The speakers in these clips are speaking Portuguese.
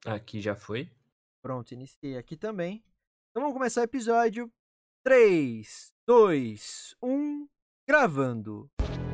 Aqui já foi. Pronto, iniciei aqui também. Então vamos começar o episódio. 3, 2, 1, gravando.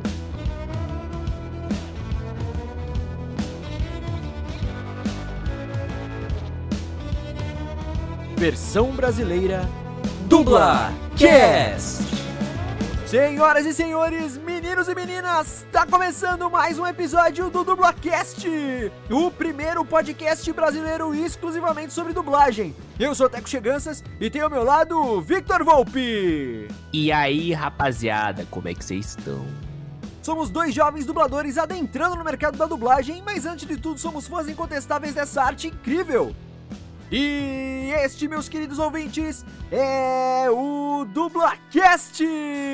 Versão brasileira DublaCast! Senhoras e senhores, meninos e meninas, tá começando mais um episódio do DublaCast, o primeiro podcast brasileiro exclusivamente sobre dublagem. Eu sou o Teco Cheganças e tenho ao meu lado Victor Volpi. E aí, rapaziada, como é que vocês estão? Somos dois jovens dubladores adentrando no mercado da dublagem, mas antes de tudo somos fãs incontestáveis dessa arte incrível. E este, meus queridos ouvintes, é o DublaCast!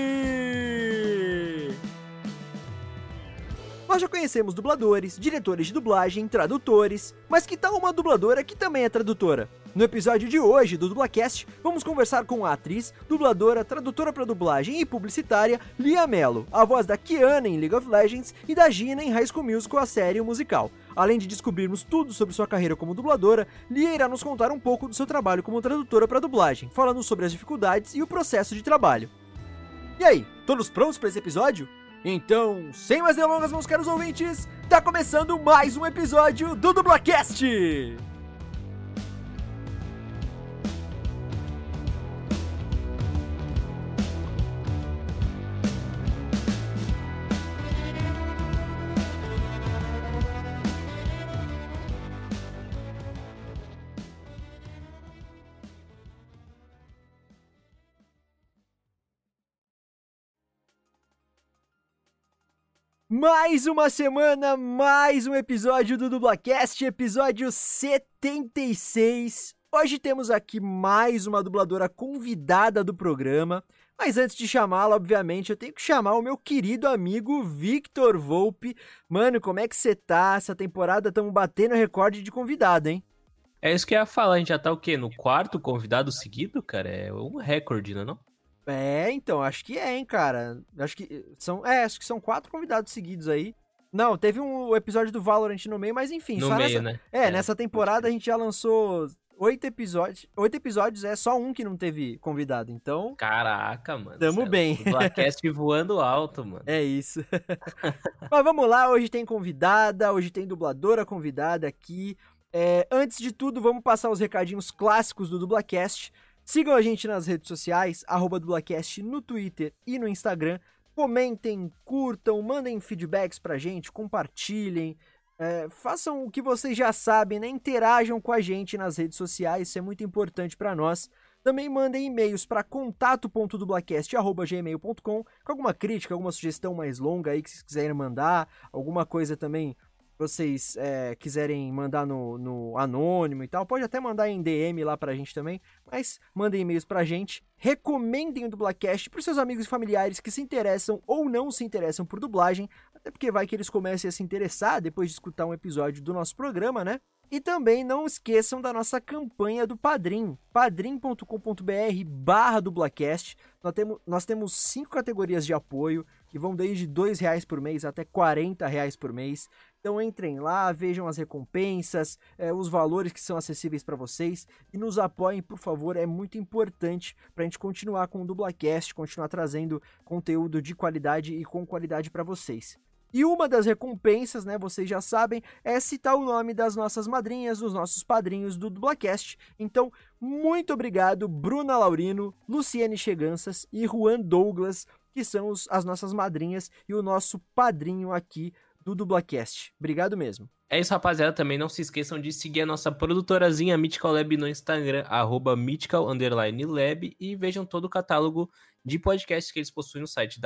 Nós já conhecemos dubladores, diretores de dublagem, tradutores, mas que tal uma dubladora que também é tradutora? No episódio de hoje do DublaCast, vamos conversar com a atriz, dubladora, tradutora para dublagem e publicitária Lia Mello, a voz da Kiana em League of Legends e da Gina em High School Musical, a série e o musical. Além de descobrirmos tudo sobre sua carreira como dubladora, Lia irá nos contar um pouco do seu trabalho como tradutora para dublagem, falando sobre as dificuldades e o processo de trabalho. E aí, todos prontos para esse episódio? Então, sem mais delongas, meus caros ouvintes, tá começando mais um episódio do DublaCast! Mais uma semana, mais um episódio do DublaCast, episódio 76. Hoje temos aqui mais uma dubladora convidada do programa, mas antes de chamá-la, obviamente, eu tenho que chamar o meu querido amigo Victor Volpi. Mano, como é que você tá? Essa temporada estamos batendo recorde de convidado, hein? É isso que eu ia falar, a gente já tá o quê? No quarto convidado seguido, cara? É um recorde, não é não? Então, acho que hein, cara. Acho que são 4 convidados seguidos aí. Não, teve um episódio do Valorant no meio, mas enfim. No só meio, nessa, né? Nessa temporada a gente já lançou 8 episódios. 8 episódios, só um que não teve convidado, então... Caraca, mano. Tamo bem. DublaCast voando alto, mano. É isso. Mas vamos lá, hoje tem convidada, hoje tem dubladora convidada aqui. Antes de tudo, vamos passar os recadinhos clássicos do DublaCast. Sigam a gente nas redes sociais, @DublaCast no Twitter e no Instagram. Comentem, curtam, mandem feedbacks pra gente, compartilhem. Façam o que vocês já sabem, né? Interajam com a gente nas redes sociais, isso é muito importante pra nós. Também mandem e-mails para contato.dublacast@gmail.com com alguma crítica, alguma sugestão mais longa aí que vocês quiserem mandar, alguma coisa também vocês quiserem mandar no anônimo e tal, pode até mandar em DM lá pra gente também, mas mandem e-mails pra gente, recomendem o DublaCast pros seus amigos e familiares que se interessam ou não se interessam por dublagem, até porque vai que eles comecem a se interessar depois de escutar um episódio do nosso programa, né? E também não esqueçam da nossa campanha do Padrim, padrim.com.br/dublacast. Nós temos 5 categorias de apoio, que vão desde R$2 por mês até R$40 por mês. Então entrem lá, vejam as recompensas, os valores que são acessíveis para vocês e nos apoiem, por favor, é muito importante para a gente continuar com o DublaCast, continuar trazendo conteúdo de qualidade e com qualidade para vocês. E uma das recompensas, né, vocês já sabem, é citar o nome das nossas madrinhas, dos nossos padrinhos do DublaCast. Então, muito obrigado, Bruna Laurino, Luciene Cheganças e Juan Douglas, que são as nossas madrinhas e o nosso padrinho aqui do DublaCast. Obrigado mesmo. É isso, rapaziada. Também não se esqueçam de seguir a nossa produtorazinha Mythical Lab no Instagram, @mythical_lab, e vejam todo o catálogo de podcasts que eles possuem no site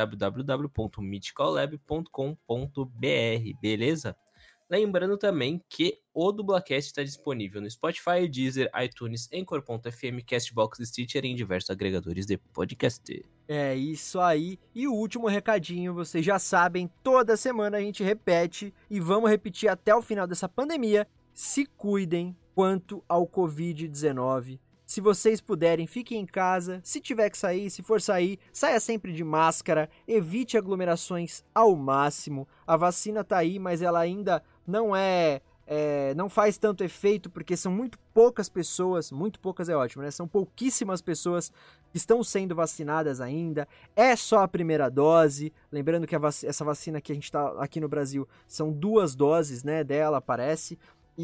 www.mythicallab.com.br, beleza? Lembrando também que o DublaCast está disponível no Spotify, Deezer, iTunes, Anchor.fm, Castbox, Stitcher e em diversos agregadores de podcast. É isso aí. E o último recadinho, vocês já sabem, toda semana a gente repete e vamos repetir até o final dessa pandemia. Se cuidem quanto ao Covid-19. Se vocês puderem, fiquem em casa. Se tiver que sair, se for sair, saia sempre de máscara. Evite aglomerações ao máximo. A vacina tá aí, mas ela ainda não é não faz tanto efeito porque são muito poucas pessoas, muito poucas é ótimo, né? São pouquíssimas pessoas que estão sendo vacinadas ainda, é só a primeira dose, lembrando que essa vacina que a gente tá aqui no Brasil são 2 doses, né, dela, parece,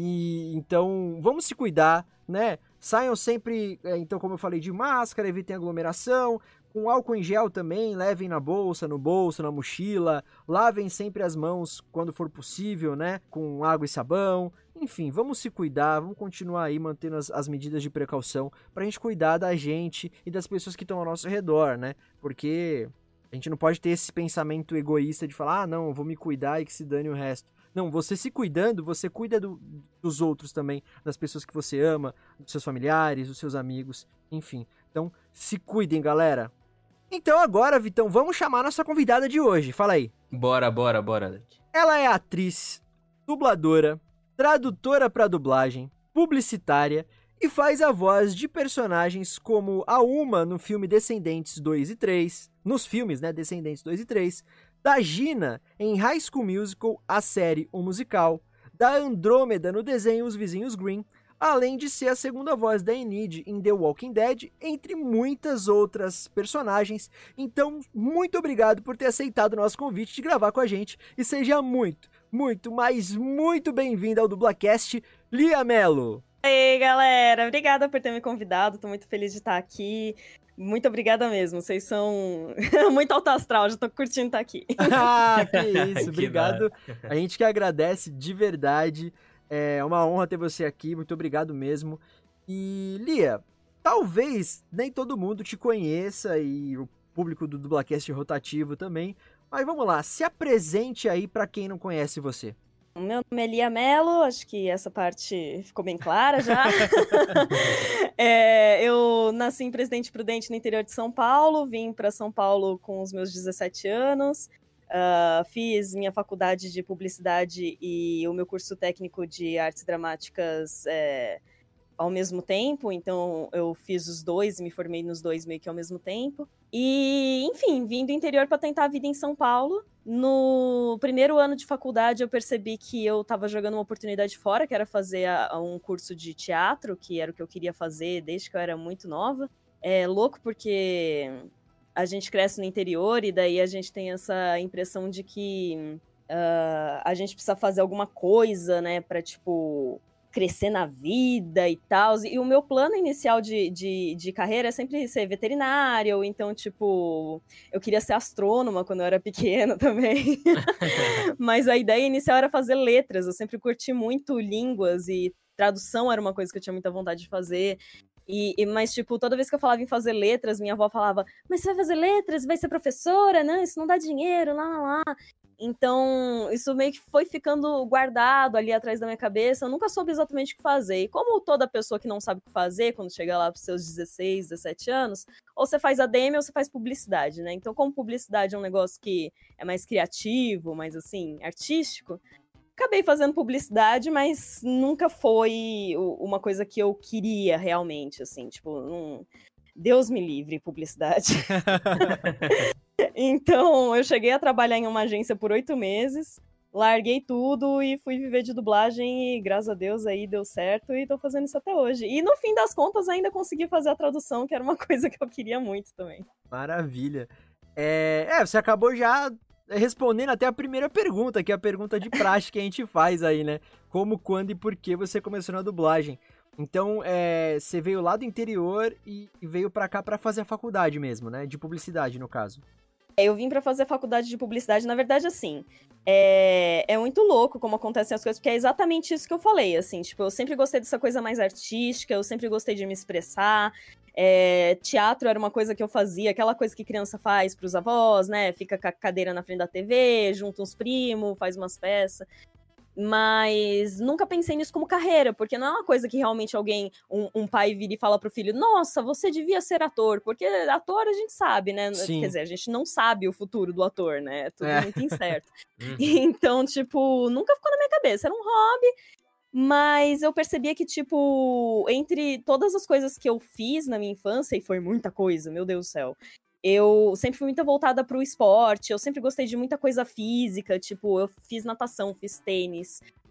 e então vamos se cuidar, né? Saiam sempre, então como eu falei, de máscara, evitem aglomeração, com álcool em gel também, levem na bolsa, no bolso, na mochila, lavem sempre as mãos quando for possível, né, com água e sabão. Enfim, vamos se cuidar, vamos continuar aí mantendo as medidas de precaução pra gente cuidar da gente e das pessoas que estão ao nosso redor, né? Porque a gente não pode ter esse pensamento egoísta de falar, não, eu vou me cuidar e que se dane o resto. Não, você se cuidando, você cuida dos outros também, das pessoas que você ama, dos seus familiares, dos seus amigos, enfim. Então, se cuidem, galera. Então agora, Vitão, vamos chamar nossa convidada de hoje. Fala aí. Bora, Alec. Ela é atriz, dubladora, tradutora para dublagem, publicitária e faz a voz de personagens como a Uma no filme Descendentes 2 e 3, nos filmes, né, Descendentes 2 e 3, da Gina em High School Musical, a série O Musical, da Andrômeda no desenho Os Vizinhos Green, além de ser a segunda voz da Enid em The Walking Dead, entre muitas outras personagens. Então, muito obrigado por ter aceitado o nosso convite de gravar com a gente e seja muito, mas muito bem-vinda ao Dublacast, Lia Mello. Ei, galera, obrigada por ter me convidado, tô muito feliz de estar aqui. Muito obrigada mesmo, vocês são muito alto astral, já tô curtindo estar aqui. Ah, que isso, obrigado. A gente que agradece de verdade. É uma honra ter você aqui, muito obrigado mesmo. E, Lia, talvez nem todo mundo te conheça e o público do Dublacast rotativo também, mas vamos lá, se apresente aí pra quem não conhece você. O meu nome é Lia Mello, acho que essa parte ficou bem clara já. Eu nasci em Presidente Prudente, no interior de São Paulo, vim para São Paulo com os meus 17 anos, fiz minha faculdade de publicidade e o meu curso técnico de artes dramáticas ao mesmo tempo, então eu fiz os dois e me formei nos dois meio que ao mesmo tempo. E, enfim, vim do interior para tentar a vida em São Paulo. No primeiro ano de faculdade eu percebi que eu estava jogando uma oportunidade fora, que era fazer um curso de teatro, que era o que eu queria fazer desde que eu era muito nova. É louco porque a gente cresce no interior e daí a gente tem essa impressão de que a gente precisa fazer alguma coisa, né, para, tipo, crescer na vida e tal. E o meu plano inicial de carreira é sempre ser veterinária, ou então, tipo, eu queria ser astrônoma quando eu era pequena também. Mas a ideia inicial era fazer letras. Eu sempre curti muito línguas e tradução era uma coisa que eu tinha muita vontade de fazer. Mas, tipo, toda vez que eu falava em fazer letras, minha avó falava, mas você vai fazer letras? Vai ser professora? Não, isso não dá dinheiro, lá. Então, isso meio que foi ficando guardado ali atrás da minha cabeça. Eu nunca soube exatamente o que fazer. E como toda pessoa que não sabe o que fazer, quando chega lá pros seus 16, 17 anos, ou você faz ADM ou você faz publicidade, né? Então, como publicidade é um negócio que é mais criativo, mais, assim, artístico, acabei fazendo publicidade, mas nunca foi uma coisa que eu queria realmente, assim. Tipo, Deus me livre, publicidade. Então, eu cheguei a trabalhar em uma agência por 8 meses, larguei tudo e fui viver de dublagem e, graças a Deus, aí deu certo e tô fazendo isso até hoje. E, no fim das contas, ainda consegui fazer a tradução, que era uma coisa que eu queria muito também. Maravilha. Você acabou já respondendo até a primeira pergunta, que é a pergunta de praxe que a gente faz aí, né? Como, quando e por que você começou na dublagem. Então, você veio lá do interior e veio pra cá pra fazer a faculdade mesmo, né? De publicidade, no caso. Eu vim pra fazer a faculdade de publicidade, na verdade, assim, é muito louco como acontecem as coisas, porque é exatamente isso que eu falei, assim, tipo, eu sempre gostei dessa coisa mais artística, eu sempre gostei de me expressar, teatro era uma coisa que eu fazia, aquela coisa que criança faz pros avós, né, fica com a cadeira na frente da TV, junta uns primos, faz umas peças. Mas nunca pensei nisso como carreira, porque não é uma coisa que realmente um pai vira e fala pro filho, nossa, você devia ser ator, porque ator a gente sabe, né? Sim. Quer dizer, a gente não sabe o futuro do ator, né? É tudo muito incerto. Então, tipo, nunca ficou na minha cabeça, era um hobby, mas eu percebia que, tipo, entre todas as coisas que eu fiz na minha infância, e foi muita coisa, meu Deus do céu, eu sempre fui muito voltada pro esporte, eu sempre gostei de muita coisa física, tipo, eu fiz natação, fiz tênis,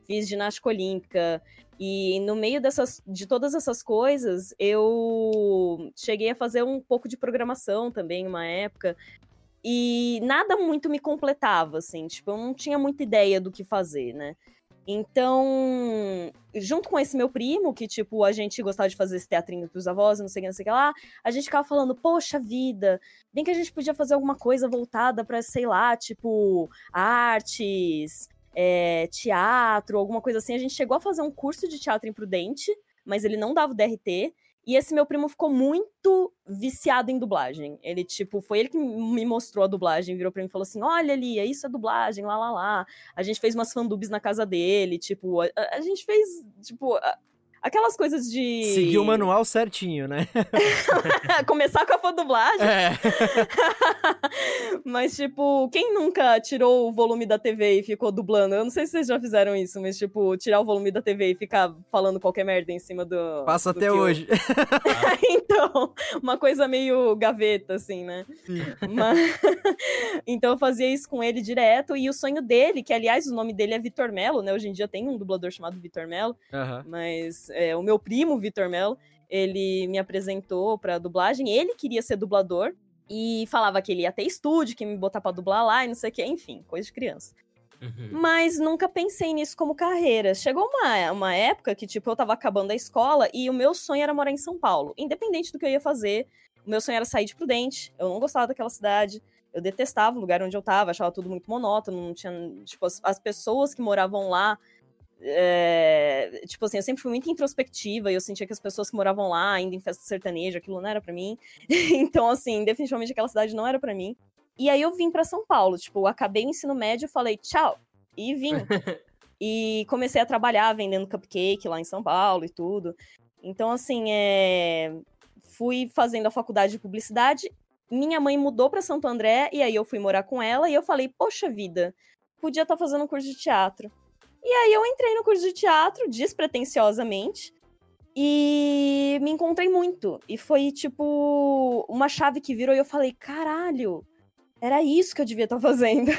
fiz ginástica olímpica. E no meio de todas essas coisas, eu cheguei a fazer um pouco de programação também, uma época. E nada muito me completava, assim. Tipo, eu não tinha muita ideia do que fazer, né? Então, junto com esse meu primo, que, tipo, a gente gostava de fazer esse teatrinho pros avós, não sei o que, não sei o que lá, a gente ficava falando, poxa vida, bem que a gente podia fazer alguma coisa voltada pra, sei lá, tipo, artes, teatro, alguma coisa assim. A gente chegou a fazer um curso de teatro imprudente, mas ele não dava o DRT. E esse meu primo ficou muito viciado em dublagem. Ele, tipo, foi ele que me mostrou a dublagem, virou pra mim e falou assim, olha, Lia, isso é dublagem, lá, lá, lá. A gente fez umas fandubs na casa dele, tipo, a gente fez, tipo, aquelas coisas de... Seguiu o manual certinho, né? Começar com a fandublagem. É. Mas, tipo, quem nunca tirou o volume da TV e ficou dublando? Eu não sei se vocês já fizeram isso, mas, tipo, tirar o volume da TV e ficar falando qualquer merda em cima do... Passa do até hoje. Então, uma coisa meio gaveta, assim, né? Então eu fazia isso com ele direto, e o sonho dele, que aliás o nome dele é Vitor Melo, né? Hoje em dia tem um dublador chamado Vitor Melo, mas o meu primo, Vitor Melo, ele me apresentou pra dublagem, ele queria ser dublador, e falava que ele ia ter estúdio, que ia me botar pra dublar lá, e não sei o que, enfim, coisa de criança. Mas nunca pensei nisso como carreira. Chegou uma época que, tipo, eu tava acabando a escola e o meu sonho era morar em São Paulo. Independente do que eu ia fazer, o meu sonho era sair de Prudente. Eu não gostava daquela cidade. Eu detestava o lugar onde eu tava, achava tudo muito monótono. Não tinha, tipo, as pessoas que moravam lá... tipo assim, eu sempre fui muito introspectiva e eu sentia que as pessoas que moravam lá, ainda em festa sertaneja, aquilo não era pra mim. Então, assim, definitivamente aquela cidade não era pra mim. E aí eu vim pra São Paulo, tipo, acabei o ensino médio, falei tchau, e vim. E comecei a trabalhar vendendo cupcake lá em São Paulo e tudo. Então, assim, fui fazendo a faculdade de publicidade, minha mãe mudou pra Santo André, e aí eu fui morar com ela, e eu falei, poxa vida, podia estar fazendo um curso de teatro. E aí eu entrei no curso de teatro, despretensiosamente, e me encontrei muito. E foi, tipo, uma chave que virou e eu falei, caralho, era isso que eu devia estar fazendo.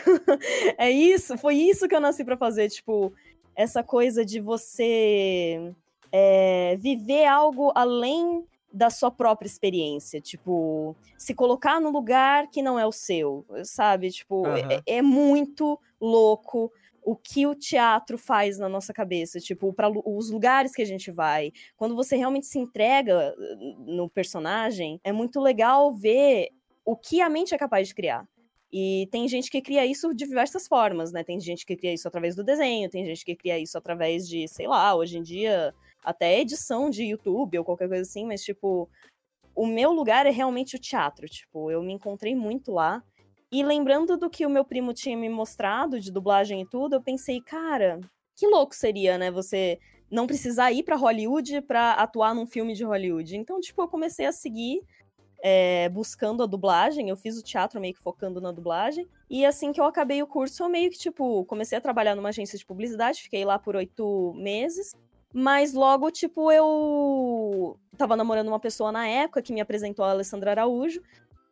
Foi isso que eu nasci pra fazer, tipo, essa coisa de você viver algo além da sua própria experiência, tipo, se colocar num lugar que não é o seu, sabe? Tipo, é muito louco o que o teatro faz na nossa cabeça, tipo, para os lugares que a gente vai. Quando você realmente se entrega no personagem, é muito legal ver o que a mente é capaz de criar. E tem gente que cria isso de diversas formas, né? Tem gente que cria isso através do desenho, tem gente que cria isso através de, sei lá, hoje em dia, até edição de YouTube ou qualquer coisa assim, mas, tipo, o meu lugar é realmente o teatro, tipo, eu me encontrei muito lá. E lembrando do que o meu primo tinha me mostrado de dublagem e tudo, eu pensei, cara, que louco seria, né, você não precisar ir pra Hollywood pra atuar num filme de Hollywood. Então, tipo, eu comecei a seguir buscando a dublagem, eu fiz o teatro meio que focando na dublagem, e assim que eu acabei o curso, eu meio que, tipo, comecei a trabalhar numa agência de publicidade, fiquei lá por 8 meses, mas logo, tipo, eu tava namorando uma pessoa na época que me apresentou a Alessandra Araújo,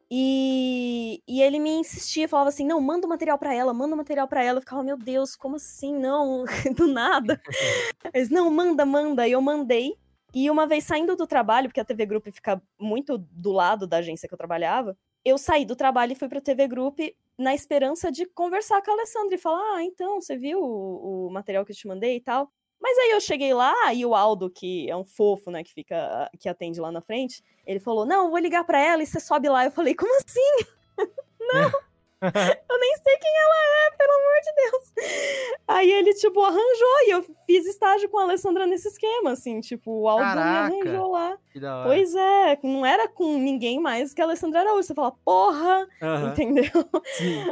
e ele me insistia, falava assim, não, manda o material pra ela, manda o material pra ela. Eu ficava, meu Deus, como assim? Não, do nada. Eles, não, manda. E eu mandei. E uma vez saindo do trabalho, porque a TV Group fica muito do lado da agência que eu trabalhava, eu saí do trabalho e fui pra TV Group na esperança de conversar com a Alessandra e falar, então, você viu o material que eu te mandei e tal? Mas aí eu cheguei lá e o Aldo, que é um fofo, né, que atende lá na frente, ele falou, não, eu vou ligar pra ela e você sobe lá. Eu falei, como assim? Não, eu nem sei quem ela é, pelo amor de Deus. Aí ele, tipo, arranjou e eu fiz estágio com a Alessandra nesse esquema, assim, tipo, o Aldo me arranjou lá. Que da hora. Pois é, não era com ninguém mais que a Alessandra Araújo. Você fala, porra, entendeu? Sim.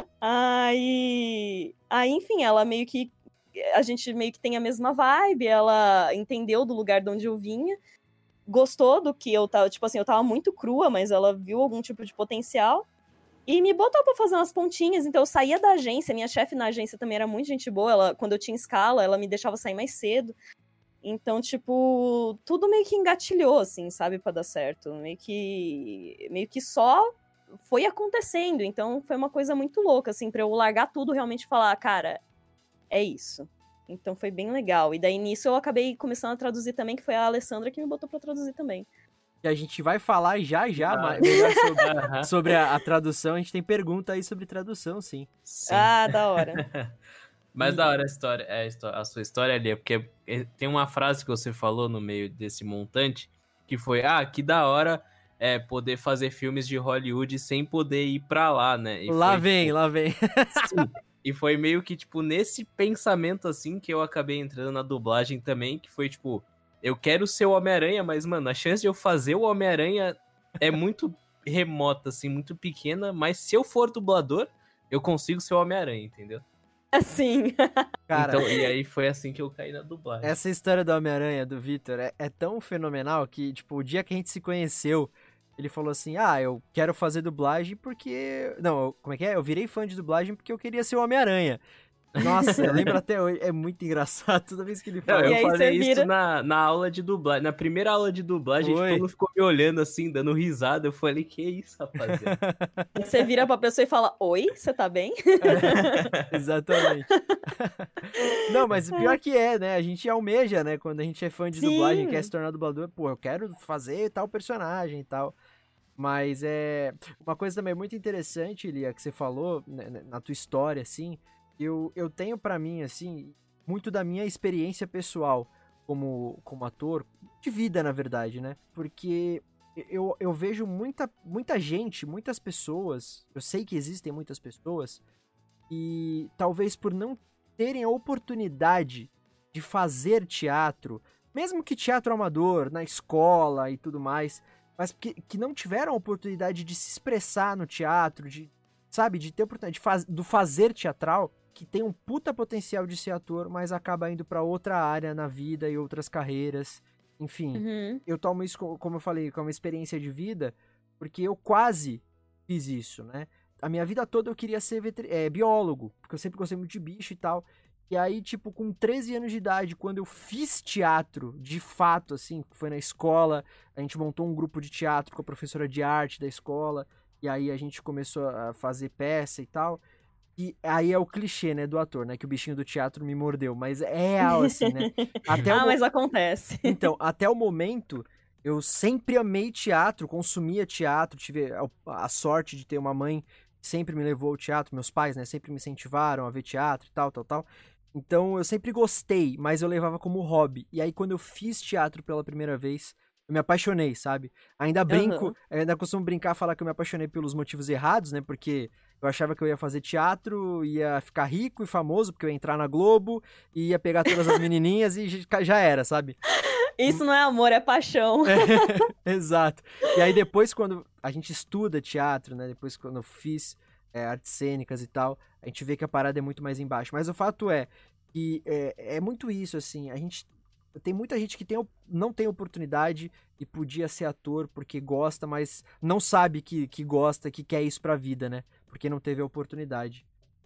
Aí, enfim, ela meio que a gente meio que tem a mesma vibe, ela entendeu do lugar de onde eu vinha, gostou do que eu tava, tipo assim, eu tava muito crua, mas ela viu algum tipo de potencial e me botou pra fazer umas pontinhas, então eu saía da agência, minha chefe na agência também era muito gente boa, ela, quando eu tinha escala, ela me deixava sair mais cedo, então, tipo, tudo meio que engatilhou, assim, sabe, pra dar certo, meio que só foi acontecendo, então foi uma coisa muito louca, assim, pra eu largar tudo realmente e falar, cara, é isso. Então foi bem legal. E daí nisso eu acabei começando a traduzir também, que foi a Alessandra que me botou pra traduzir também. E a gente vai falar já, Ah. melhor Aham. sobre a tradução. A gente tem pergunta aí sobre tradução, sim. Sim. Ah, da hora. Mas E- da hora a sua história ali, porque tem uma frase que você falou no meio desse montante, que foi, que da hora poder fazer filmes de Hollywood sem poder ir pra lá, né? E Lá foi, vem, tipo, lá vem. sim. E foi meio que, tipo, nesse pensamento, assim, que eu acabei entrando na dublagem também, que foi, tipo, eu quero ser o Homem-Aranha, mas, mano, a chance de eu fazer o Homem-Aranha é muito remota, assim, muito pequena, mas se eu for dublador, eu consigo ser o Homem-Aranha, entendeu? Assim. Cara, Então, e aí foi assim que eu caí na dublagem. essa história do Homem-Aranha, do Victor, é tão fenomenal que, tipo, o dia que a gente se conheceu, ele falou assim, eu quero fazer dublagem porque... Não, como é que é? Eu virei fã de dublagem porque eu queria ser o Homem-Aranha. Nossa, eu lembro até hoje, é muito engraçado toda vez que ele Não, fala. E eu aí falei você isso vira- na aula de dublagem. Na primeira aula de dublagem, Foi. todo mundo ficou me olhando assim, dando risada. Eu falei, que isso, rapaziada? Você vira pra pessoa e fala, oi, você tá bem? Exatamente. Não, mas o pior que é, né? A gente almeja, né? Quando a gente é fã de dublagem, quer se Sim. tornar dublador, pô, eu quero fazer tal personagem e tal. Mas é. Uma coisa também muito interessante, Lia, que você falou, né, na tua história, assim, eu tenho pra mim, assim, muito da minha experiência pessoal como ator, de vida, na verdade, né? Porque eu vejo muita gente, muitas pessoas, eu sei que existem muitas pessoas, e talvez por não terem a oportunidade de fazer teatro, mesmo que teatro amador, na escola e tudo mais, mas que não tiveram a oportunidade de se expressar no teatro, sabe, de ter oportunidade do fazer teatral, que tem um puta potencial de ser ator, mas acaba indo pra outra área na vida e outras carreiras. Enfim, Uhum. eu tomo isso, como eu falei, como uma experiência de vida, porque eu quase fiz isso, né? A minha vida toda eu queria ser biólogo, porque eu sempre gostei muito de bicho e tal. E aí, tipo, com 13 anos de idade, quando eu fiz teatro, de fato, assim, foi na escola, a gente montou um grupo de teatro com a professora de arte da escola, e aí a gente começou a fazer peça e tal. E aí é o clichê, né, do ator, né, que o bichinho do teatro me mordeu, mas é real, assim, né? Até o, Mas acontece. então, até o momento, eu sempre amei teatro, consumia teatro, tive a sorte de ter uma mãe que sempre me levou ao teatro, meus pais, né, sempre me incentivaram a ver teatro e tal, tal, tal. Então, eu sempre gostei, mas eu levava como hobby. E aí, quando eu fiz teatro pela primeira vez, eu me apaixonei, sabe? Ainda brinco, Aham. ainda costumo brincar, falar que eu me apaixonei pelos motivos errados, né? Porque eu achava que eu ia fazer teatro, ia ficar rico e famoso, porque eu ia entrar na Globo, e ia pegar todas as menininhas e já era, sabe? Isso não é amor, é paixão. Exato. E aí depois quando a gente estuda teatro, né? Depois quando eu fiz artes cênicas e tal, a gente vê que a parada é muito mais embaixo. Mas o fato é que é muito isso, assim. Tem muita gente que não tem oportunidade e podia ser ator porque gosta, mas não sabe que gosta, que quer isso pra vida, né? Porque não teve a oportunidade.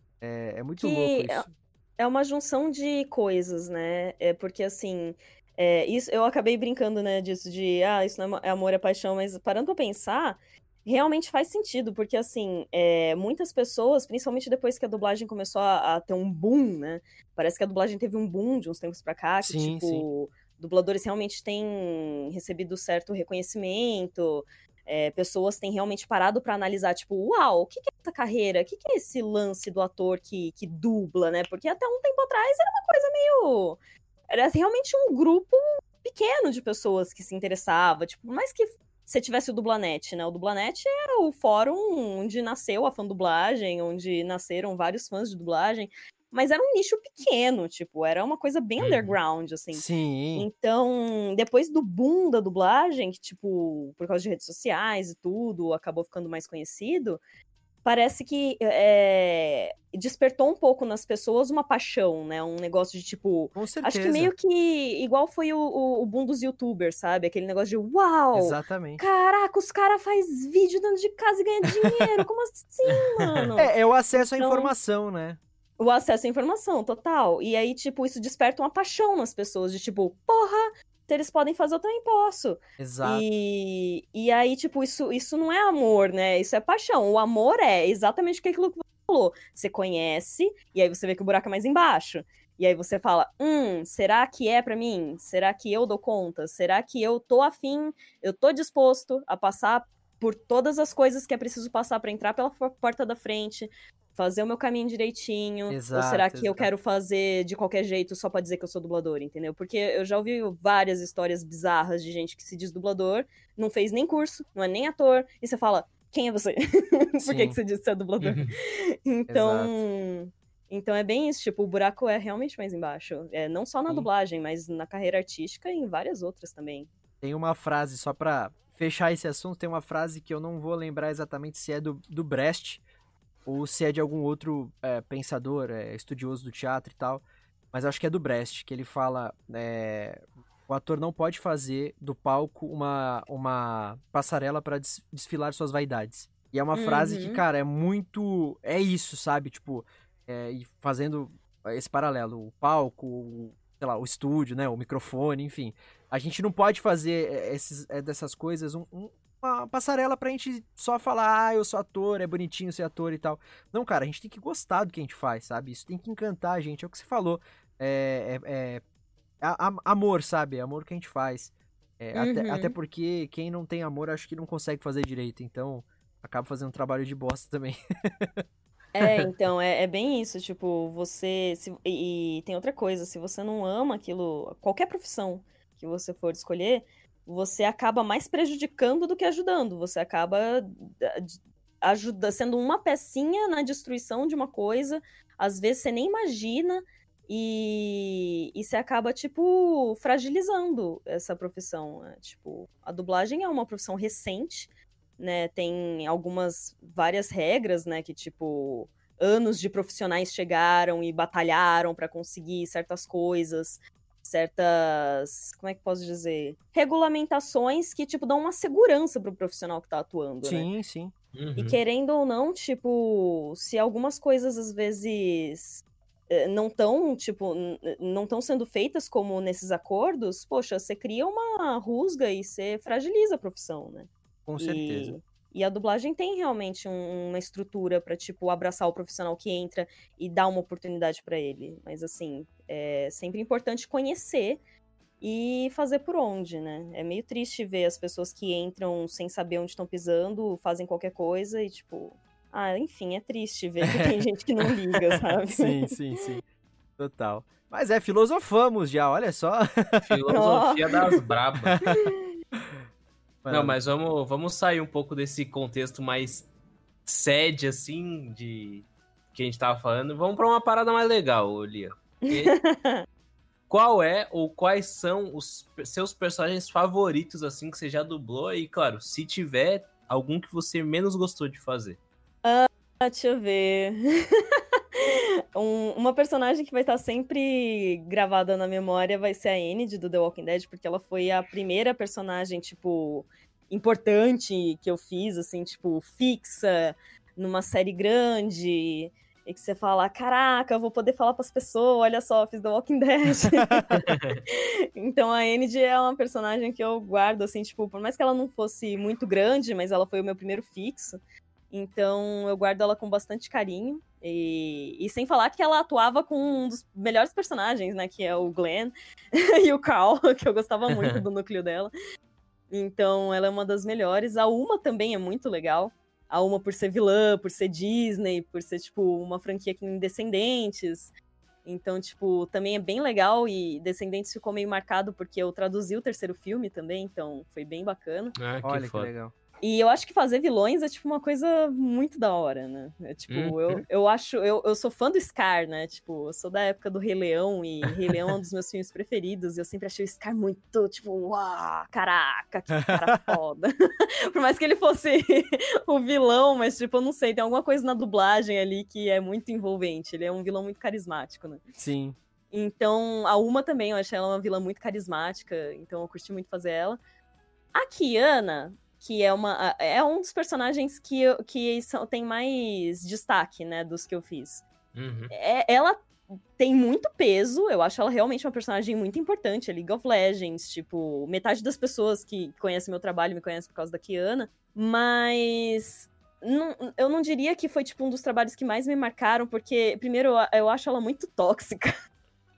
É muito louco Que isso. é uma junção de coisas, né? Porque assim, isso eu acabei brincando, né, disso de isso não é amor, é paixão, mas parando pra pensar, realmente faz sentido, porque assim, muitas pessoas, principalmente depois que a dublagem começou a ter um boom, né? Parece que a dublagem teve um boom de uns tempos pra cá, que Sim, sim. tipo, dubladores realmente têm recebido certo reconhecimento. Pessoas têm realmente parado pra analisar, tipo, uau, o que é essa carreira? O que é esse lance do ator que dubla, né? Porque até um tempo atrás era uma coisa meio. Era realmente um grupo pequeno de pessoas que se interessava. Tipo, por mais que você tivesse o Dublanet, né? O Dublanet é o fórum onde nasceu a fã-dublagem, onde nasceram vários fãs de dublagem. Mas era um nicho pequeno, tipo, era uma coisa bem Uhum. underground, assim. Sim. Então, depois do boom da dublagem, que, tipo, por causa de redes sociais e tudo, acabou ficando mais conhecido, parece que despertou um pouco nas pessoas uma paixão, né? Um negócio de, tipo... Com Acho que certeza. meio que igual foi o boom dos youtubers, sabe? Aquele negócio de, uau! Exatamente. Caraca, os caras fazem vídeo dentro de casa e ganham dinheiro. Como assim, mano? É o acesso à Então, informação, né? o acesso à informação, total. E aí, tipo, isso desperta uma paixão nas pessoas, de tipo, porra, se eles podem fazer, eu também posso. Exato. E aí, tipo, isso não é amor, né? Isso é paixão. O amor é exatamente aquilo que você falou. Você conhece, e aí você vê que o buraco é mais embaixo. E aí você fala, será que é pra mim? Será que eu dou conta? Será que eu tô afim? Eu tô disposto a passar por todas as coisas que é preciso passar pra entrar pela porta da frente, fazer o meu caminho direitinho? Ou será Exato, que eu exato. quero fazer de qualquer jeito só pra dizer que eu sou dublador, entendeu? Porque eu já ouvi várias histórias bizarras de gente que se diz dublador, não fez nem curso, não é nem ator, e você fala, quem é você? Por que Sim, você diz que você é dublador? exato. Então é bem isso, tipo, o buraco é realmente mais embaixo. É, não só na Sim. dublagem, mas na carreira artística e em várias outras também. Tem uma frase, só pra fechar esse assunto, tem uma frase que eu não vou lembrar exatamente se é do Brecht ou se é de algum outro pensador, estudioso do teatro e tal, mas acho que é do Brecht, que ele fala, o ator não pode fazer do palco uma passarela para desfilar suas vaidades. E é uma frase que, Uhum. cara, é muito... É isso, sabe? Tipo, e fazendo esse paralelo, o palco, sei lá, o estúdio, né? O microfone, enfim. A gente não pode fazer dessas coisas uma passarela pra gente só falar, eu sou ator, é bonitinho ser ator e tal. Não, cara, a gente tem que gostar do que a gente faz, sabe? Isso tem que encantar a gente, é o que você falou. Amor, sabe? É amor que a gente faz. Até Uhum. porque quem não tem amor, acho que não consegue fazer direito. Então, acaba fazendo um trabalho de bosta também. Então, é bem isso, tipo, e tem outra coisa, se você não ama aquilo, qualquer profissão que você for escolher, você acaba mais prejudicando do que ajudando. Você acaba sendo uma pecinha na destruição de uma coisa, às vezes você nem imagina, e você acaba, tipo, fragilizando essa profissão, né? Tipo, a dublagem é uma profissão recente, né, tem várias regras, né, que tipo, anos de profissionais chegaram e batalharam para conseguir certas coisas, certas, como é que posso dizer, regulamentações que tipo dão uma segurança pro profissional que tá atuando, né? Sim, sim. E Uhum. querendo ou não, tipo, se algumas coisas às vezes não estão sendo feitas como nesses acordos, poxa, você cria uma rusga e você fragiliza a profissão, né? Com certeza. E a dublagem tem realmente uma estrutura pra, tipo, abraçar o profissional que entra e dar uma oportunidade pra ele. Mas, assim, é sempre importante conhecer e fazer por onde, né? É meio triste ver as pessoas que entram sem saber onde estão pisando, fazem qualquer coisa e, tipo... Ah, enfim, é triste ver que tem gente que não liga, sabe? Sim, sim, sim. Total. Mas filosofamos já, olha só. Ó. Filosofia das braba. Não, Mano, mas vamos sair um pouco desse contexto mais sad, assim, de que a gente tava falando. Vamos pra uma parada mais legal, Lia. Qual é ou quais são os seus personagens favoritos, assim, que você já dublou? E, claro, se tiver algum que você menos gostou de fazer. Deixa eu ver. Uma personagem que vai estar sempre gravada na memória vai ser a Enid do The Walking Dead, porque ela foi a primeira personagem, tipo, importante que eu fiz, assim, tipo, fixa, numa série grande. E que você fala, caraca, eu vou poder falar pras pessoas, olha só, fiz The Walking Dead. Então a Enid é uma personagem que eu guardo, assim, tipo, por mais que ela não fosse muito grande, mas ela foi o meu primeiro fixo. Então eu guardo ela com bastante carinho. E sem falar que ela atuava com um dos melhores personagens, né? Que é o Glenn e o Carl, que eu gostava muito do núcleo dela. Então ela é uma das melhores. A Uma também é muito legal. A Uma por ser vilã, por ser Disney, por ser, tipo, uma franquia que nem Descendentes. Então, tipo, também é bem legal. E Descendentes ficou meio marcado porque eu traduzi o terceiro filme também, então foi bem bacana. Ah, que olha que foda. legal. E eu acho que fazer vilões é, tipo, uma coisa muito da hora, né? É, tipo, Uhum. eu sou fã do Scar, né? Tipo, eu sou da época do Rei Leão, e Rei Leão é um dos meus filmes preferidos, e eu sempre achei o Scar muito, tipo, uau, caraca, que cara foda. Por mais que ele fosse o vilão, mas, tipo, eu não sei, tem alguma coisa na dublagem ali que é muito envolvente. Ele é um vilão muito carismático, né? Sim. Então, a Uma também, eu achei ela uma vilã muito carismática, então eu curti muito fazer ela. A Kiana, que é um dos personagens tem mais destaque, né, dos que eu fiz. Uhum. Ela tem muito peso, eu acho ela realmente uma personagem muito importante, é League of Legends, tipo, metade das pessoas que conhecem meu trabalho me conhecem por causa da Kiana, mas eu não diria que foi, tipo, um dos trabalhos que mais me marcaram, porque, primeiro, eu acho ela muito tóxica.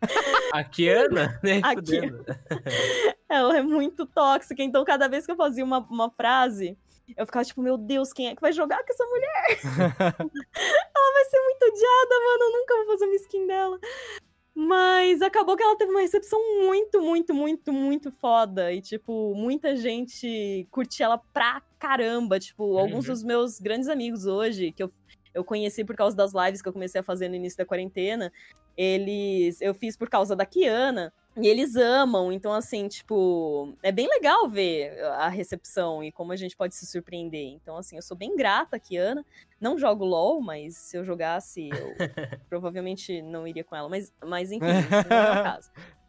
A Kiana, né? A Fudendo. Ela é muito tóxica, então cada vez que eu fazia uma frase, eu ficava tipo, meu Deus, quem é que vai jogar com essa mulher? Ela vai ser muito odiada, mano, eu nunca vou fazer uma skin dela. Mas acabou que ela teve uma recepção muito, muito, muito, muito foda. E, tipo, muita gente curte ela pra caramba. Tipo, alguns dos meus grandes amigos hoje, que eu conheci por causa das lives que eu comecei a fazer no início da quarentena, eu fiz por causa da Kiana. E eles amam, então assim, tipo, é bem legal ver a recepção e como a gente pode se surpreender. Então assim, eu sou bem grata, Kiana. Não jogo LOL, mas se eu jogasse, eu provavelmente não iria com ela. Mas enfim, isso não é o caso.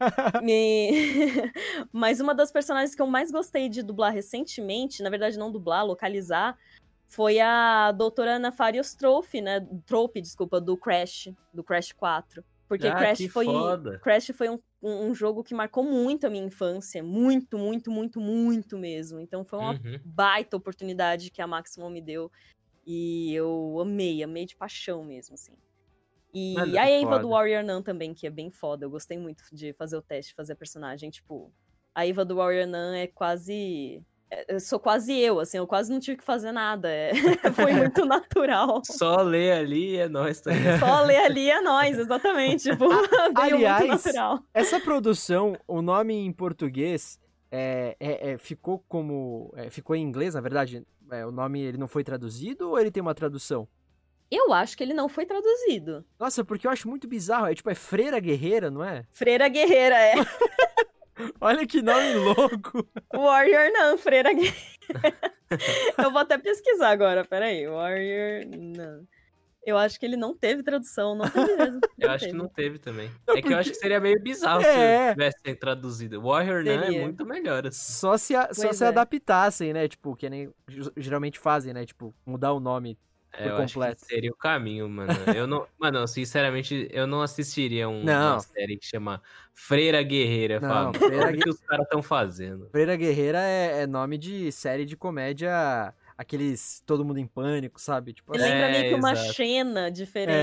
Mas uma das personagens que eu mais gostei de dublar recentemente, na verdade não dublar, localizar, foi a doutora Ana Farias Trope, né? Trope, desculpa, do Crash 4. Porque Crash foi um jogo que marcou muito a minha infância. Muito, muito, muito, muito mesmo. Então foi uma baita oportunidade que a Maximum me deu. E eu amei de paixão mesmo, assim. E a Eva do Warrior Nun também, que é bem foda. Eu gostei muito de fazer o teste, fazer a personagem. Tipo, a Eva do Warrior Nun é quase... Eu sou quase eu, assim, eu quase não tive que fazer nada. Foi muito natural. Só ler ali é nóis, tá ligado? Só ler ali é nóis, exatamente. Tipo, aliás, muito natural. Essa produção, o nome em português ficou ficou em inglês, na verdade? O nome ele não foi traduzido ou ele tem uma tradução? Eu acho que ele não foi traduzido. Nossa, porque eu acho muito bizarro. É Freira Guerreira, não é? Freira Guerreira, é. Olha que nome louco. Warrior não, Freira Guerreira. Eu vou até pesquisar agora, peraí. Warrior não. Eu acho que ele não teve tradução, não teve mesmo. Eu acho que não teve também. Não, que eu acho que seria meio bizarro se tivesse traduzido. Warrior Nun é muito melhor. Assim. Só se adaptassem, né? Tipo, que nem geralmente fazem, né? Tipo, mudar o nome por eu completo. Acho que seria o caminho, mano. Mano, sinceramente, eu não assistiria uma série que chama Freira Guerreira, Fábio. O que os caras estão fazendo? Freira Guerreira é nome de série de comédia, aqueles Todo Mundo em Pânico, sabe? Tipo, lembra meio que uma Xena diferente.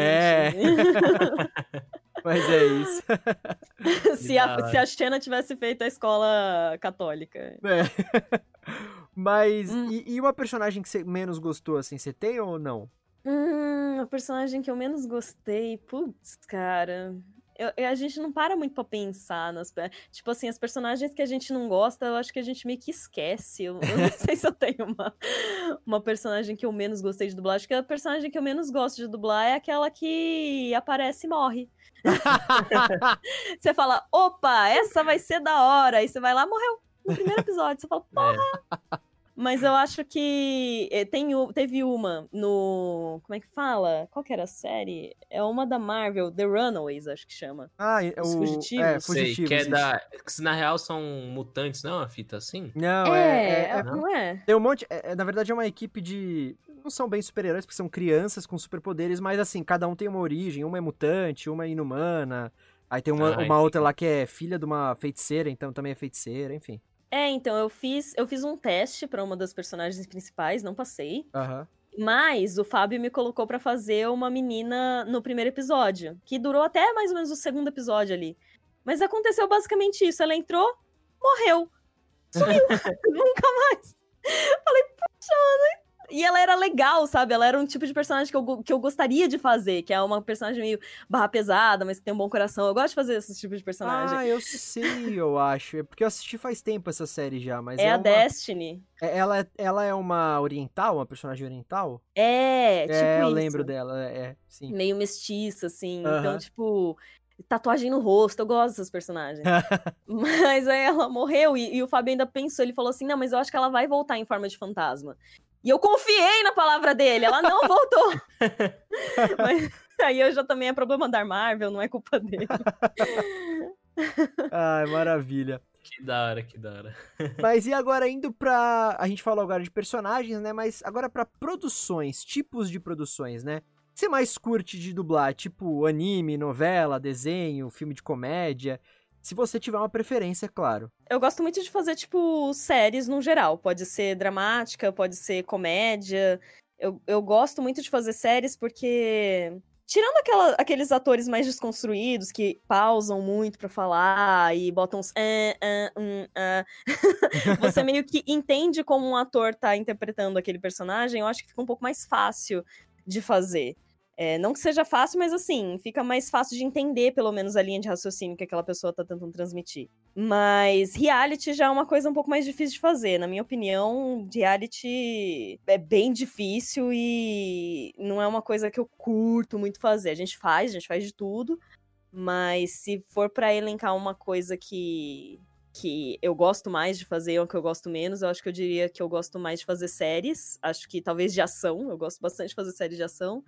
Mas é isso. se a Xena tivesse feito a escola católica. Mas, e uma personagem que você menos gostou, assim, você tem ou não? A personagem que eu menos gostei, putz, cara... a gente não para muito pra pensar tipo assim, as personagens que a gente não gosta, eu acho que a gente meio que esquece. Eu não sei se eu tenho uma personagem que eu menos gostei de dublar. Acho que a personagem que eu menos gosto de dublar é aquela que aparece e morre. Você fala, opa, essa vai ser da hora. Aí você vai lá, morreu no primeiro episódio. Você fala, porra! Mas eu acho que teve uma no... Como é que fala? Qual que era a série? É uma da Marvel, The Runaways, acho que chama. Os Fugitivos. Fugitivos, que que na real são mutantes, não é uma fita assim? Não, não é? Tem um monte... na verdade é uma equipe de... Não são bem super-heróis, porque são crianças com superpoderes, mas assim, cada um tem uma origem. Uma é mutante, uma é inumana. Aí tem uma outra lá que é filha de uma feiticeira, então também é feiticeira, enfim. Então, eu fiz um teste pra uma das personagens principais, não passei. Aham. Mas o Fábio me colocou pra fazer uma menina no primeiro episódio, que durou até mais ou menos o segundo episódio ali. Mas aconteceu basicamente isso, ela entrou, morreu, sumiu, nunca mais. Falei, puxa, mano. E ela era legal, sabe? Ela era um tipo de personagem que eu gostaria de fazer, que é uma personagem meio barra pesada, mas que tem um bom coração. Eu gosto de fazer esse tipo de personagem. Ah, eu sei, eu acho. É porque eu assisti faz tempo essa série já, mas a Destiny. Ela é uma oriental, uma personagem oriental? Tipo eu isso. lembro dela, sim. Meio mestiça, assim. Então, tipo... Tatuagem no rosto, eu gosto dessas personagens. Mas aí ela morreu e o Fábio ainda pensou, ele falou assim, não, mas eu acho que ela vai voltar em forma de fantasma. E eu confiei na palavra dele, ela não voltou. Mas aí eu já também é problema da Marvel, não é culpa dele. Ai, maravilha. Que da hora, que da hora. Mas e agora indo pra... A gente falou agora de personagens, né? Mas agora pra produções, tipos de produções, né? O que você mais curte de dublar? Tipo anime, novela, desenho, filme de comédia? Se você tiver uma preferência, é claro. Eu gosto muito de fazer, tipo, séries no geral. Pode ser dramática, pode ser comédia. Eu gosto muito de fazer séries porque... tirando aqueles atores mais desconstruídos que pausam muito pra falar e botam uns você meio que entende como um ator tá interpretando aquele personagem, eu acho que fica um pouco mais fácil de fazer. Não que seja fácil, mas assim, fica mais fácil de entender, pelo menos, a linha de raciocínio que aquela pessoa tá tentando transmitir. Mas reality já é uma coisa um pouco mais difícil de fazer. Na minha opinião, reality é bem difícil e não é uma coisa que eu curto muito fazer. A gente faz de tudo, mas se for pra elencar uma coisa que eu gosto mais de fazer ou que eu gosto menos, eu acho que eu diria que eu gosto mais de fazer séries. Acho que talvez de ação, eu gosto bastante de fazer séries de ação.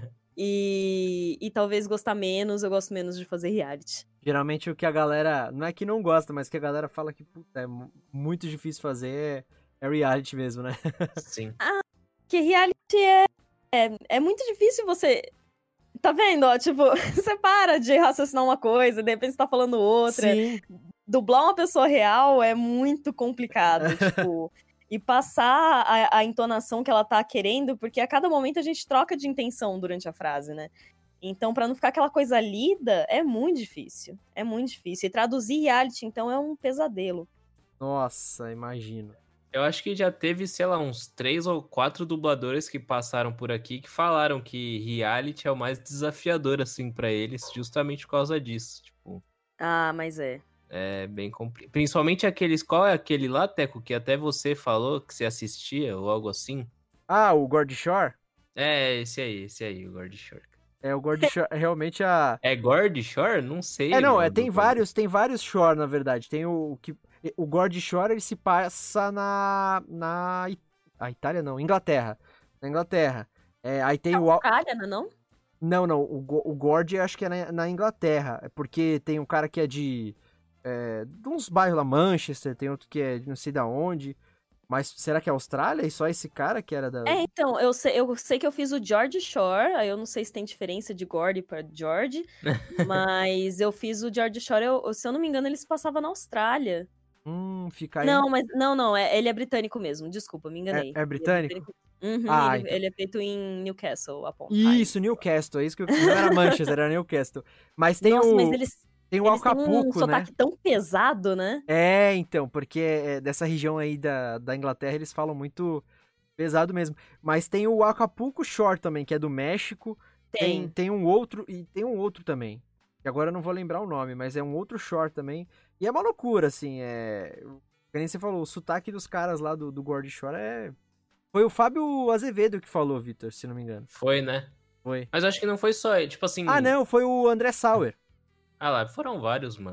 E talvez gostar menos, eu gosto menos de fazer reality. Geralmente o que a galera, não é que não gosta, mas que a galera fala que puta, é muito difícil fazer é reality mesmo, né? Sim. Que reality é muito difícil você... Tá vendo, ó, tipo, você para de raciocinar uma coisa, de repente você tá falando outra. Sim. Dublar uma pessoa real é muito complicado, tipo... E passar a entonação que ela tá querendo, porque a cada momento a gente troca de intenção durante a frase, né? Então, pra não ficar aquela coisa lida, é muito difícil. É muito difícil. E traduzir reality, então, é um pesadelo. Nossa, imagino. Eu acho que já teve, sei lá, uns 3 ou 4 dubladores que passaram por aqui que falaram que reality é o mais desafiador, assim, pra eles, justamente por causa disso. Tipo, Ah, mas é. é bem complicado. Principalmente aqueles... Qual é aquele lá, Teco, que até você falou que você assistia ou algo assim? Ah, o Gordy Shore? É, esse aí, o Gordy Shore. O Gordy Shore realmente É Gordy Shore? Não sei. tem vários Shore, na verdade. Tem o Gordy Shore, ele se passa a Itália não, Inglaterra. Na Inglaterra. Aí tem o... Austrália, não? Não, o Gordy acho que é na Inglaterra, porque tem um cara que é de uns bairros lá, Manchester, tem outro que é de não sei da onde, mas será que é Austrália? E só esse cara que era da... Então, eu sei que eu fiz o George Shore, aí eu não sei se tem diferença de Gordy pra George, mas eu fiz o George Shore, se eu não me engano, ele se passava na Austrália. Fica aí... Não, ele é britânico mesmo, desculpa, me enganei. É britânico? Uhum, então. ele é feito em Newcastle upon Isso, Newcastle, é isso que não era Manchester, era Newcastle. Mas tem tem o Acapulco, um sotaque tão pesado, né? Então, porque dessa região aí da Inglaterra eles falam muito pesado mesmo. Mas tem o Acapulco Shore também, que é do México. Tem um outro, e tem um outro também, que agora eu não vou lembrar o nome, mas é um outro Shore também. E é uma loucura, assim, como você falou, o sotaque dos caras lá do Gordy Shore Foi o Fábio Azevedo que falou, Vitor, se não me engano. Foi, né? Foi. Mas acho que não foi só, tipo assim... Ah, não, foi o André Sauer. Ah lá, foram vários, mano.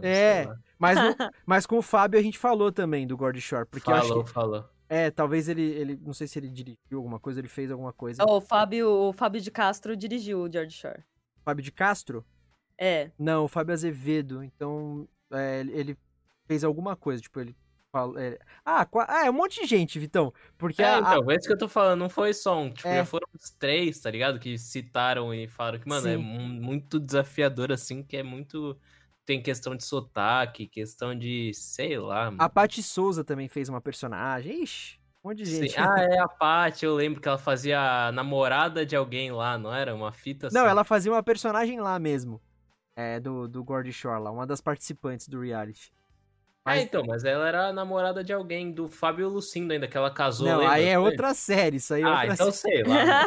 Mas com o Fábio a gente falou também do Gordy Shore. Porque falou. Talvez ele, não sei se ele dirigiu alguma coisa, ele fez alguma coisa. O Fábio de Castro dirigiu o George Shore. Fábio de Castro? Não, o Fábio Azevedo. Então, ele fez alguma coisa, tipo, ele falou... é um monte de gente, Vitão. Porque então, é isso que eu tô falando, não foi só um. Tipo, já foram uns 3, tá ligado? Que citaram e falaram que, mano, Sim. é muito desafiador, assim, que é muito... Tem questão de sotaque, questão de, sei lá, mano. A Paty Souza também fez uma personagem. Ixi, um monte de gente. Sim. A Paty, eu lembro que ela fazia a namorada de alguém lá, não era? Uma fita assim. Não, ela fazia uma personagem lá mesmo. Do Gordy Shore lá, uma das participantes do reality. Mas ela era a namorada de alguém, do Fábio Lucindo ainda, que ela casou. Não, lembra? aí é outra série, isso aí é outra então série. sei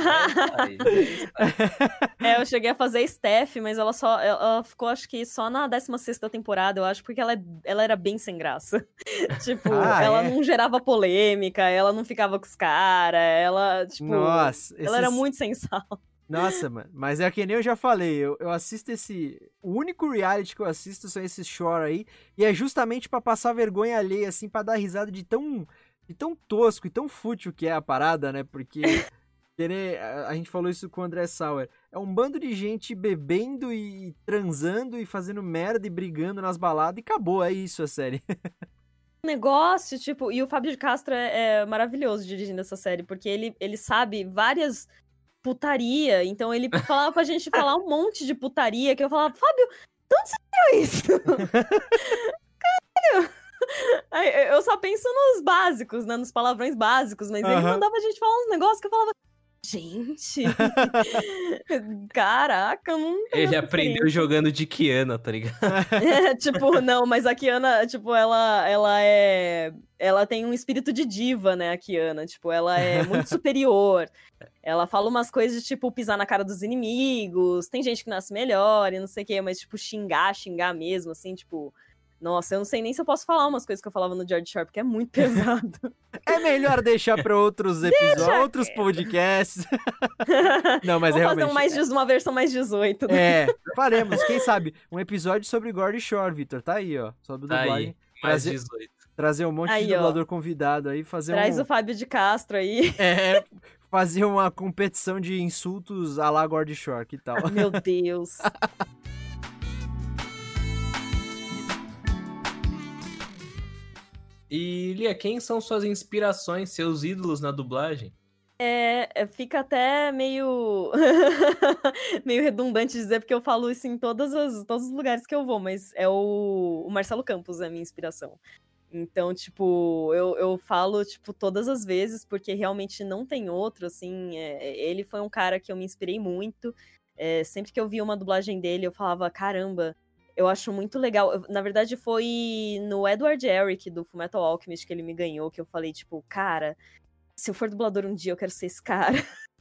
lá. Eu cheguei a fazer Steph, mas ela ficou, acho que só na 16ª temporada, eu acho, porque ela era bem sem graça. Tipo, ela não gerava polêmica, ela não ficava com os caras, ela, tipo... Nossa, ela era muito sem sal. Nossa, mano, mas é que nem eu já falei, eu assisto o único reality que eu assisto são esses Shore aí, e é justamente pra passar vergonha alheia, assim, pra dar risada de tão tosco e tão fútil que é a parada, né, porque a gente falou isso com o André Sauer, é um bando de gente bebendo e transando e fazendo merda e brigando nas baladas e acabou, é isso a série. Negócio, tipo, e o Fábio de Castro é maravilhoso dirigindo essa série, porque ele sabe várias putaria, então ele falava pra gente falar um monte de putaria, que eu falava, Fábio, de onde você viu isso? Caralho! Eu só penso nos básicos, né, nos palavrões básicos, mas ele mandava a gente falar uns negócios que eu falava, Gente! Caraca, eu nunca vi Ele essa aprendeu experiência. jogando de Kiana, tá ligado? Tipo, não, mas a Kiana, tipo, ela tem um espírito de diva, né, a Kiana, tipo, ela é muito superior. Ela fala umas coisas, tipo, pisar na cara dos inimigos, tem gente que nasce melhor e não sei o quê, mas, tipo, xingar mesmo, assim, tipo... Nossa, eu não sei nem se eu posso falar umas coisas que eu falava no George Shore, porque é muito pesado. É melhor deixar para outros episódios, outros podcasts. Não, mas Vamos realmente... fazer uma versão mais 18. Né? Faremos, quem sabe, um episódio sobre Gordy Shore, Vitor. Tá aí, ó, sobre Tá dublagem. aí, mais 18. Trazer um monte Aí, de dublador convidado aí, fazer Traz o Fábio de Castro aí. Fazer uma competição de insultos à la Gordy Shore, que tal? Meu Deus. E, Lia, quem são suas inspirações, seus ídolos na dublagem? Fica até meio meio redundante dizer, porque eu falo isso em todos os lugares que eu vou, mas é o Marcelo Campos é a minha inspiração. Então, tipo, eu falo, tipo, todas as vezes, porque realmente não tem outro, assim, ele foi um cara que eu me inspirei muito, sempre que eu via uma dublagem dele, eu falava, caramba, eu acho muito legal. Na verdade, foi no Edward Elric, do Fullmetal Alchemist, que ele me ganhou, que eu falei, tipo, cara, se eu for dublador um dia, eu quero ser esse cara.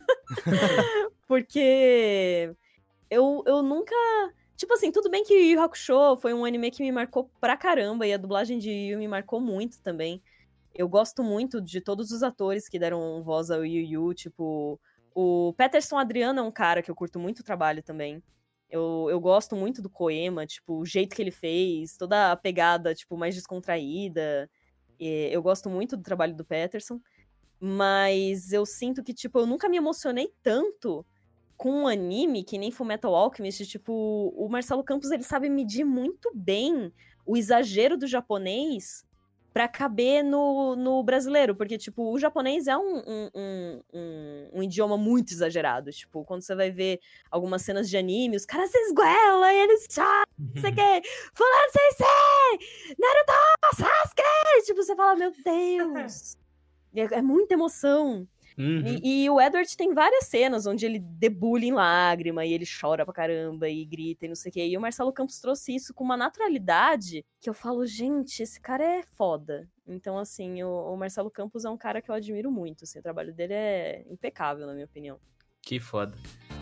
Porque eu nunca... Tipo assim, tudo bem que Yu Yu Hakusho foi um anime que me marcou pra caramba, e a dublagem de Yu Yu me marcou muito também. Eu gosto muito de todos os atores que deram voz ao Yu Yu, tipo... O Peterson Adriano é um cara que eu curto muito o trabalho também. Eu gosto muito do Koema, tipo, o jeito que ele fez, toda a pegada, tipo, mais descontraída. Eu gosto muito do trabalho do Peterson. Mas eu sinto que, tipo, eu nunca me emocionei tanto com um anime que nem Fullmetal Alchemist. Tipo, o Marcelo Campos, ele sabe medir muito bem o exagero do japonês pra caber no brasileiro. Porque, tipo, o japonês é um idioma muito exagerado. Tipo, quando você vai ver algumas cenas de anime, os caras se esguelam e eles não sei o que, fulano sensei, Naruto, Sasuke! Tipo, você fala, meu Deus... É muita emoção. Uhum. E o Edward tem várias cenas onde ele debulha em lágrima e ele chora pra caramba e grita e não sei o quê. E o Marcelo Campos trouxe isso com uma naturalidade que eu falo, gente, esse cara é foda. Então, assim, o Marcelo Campos é um cara que eu admiro muito. Assim, o trabalho dele é impecável, na minha opinião. Que foda.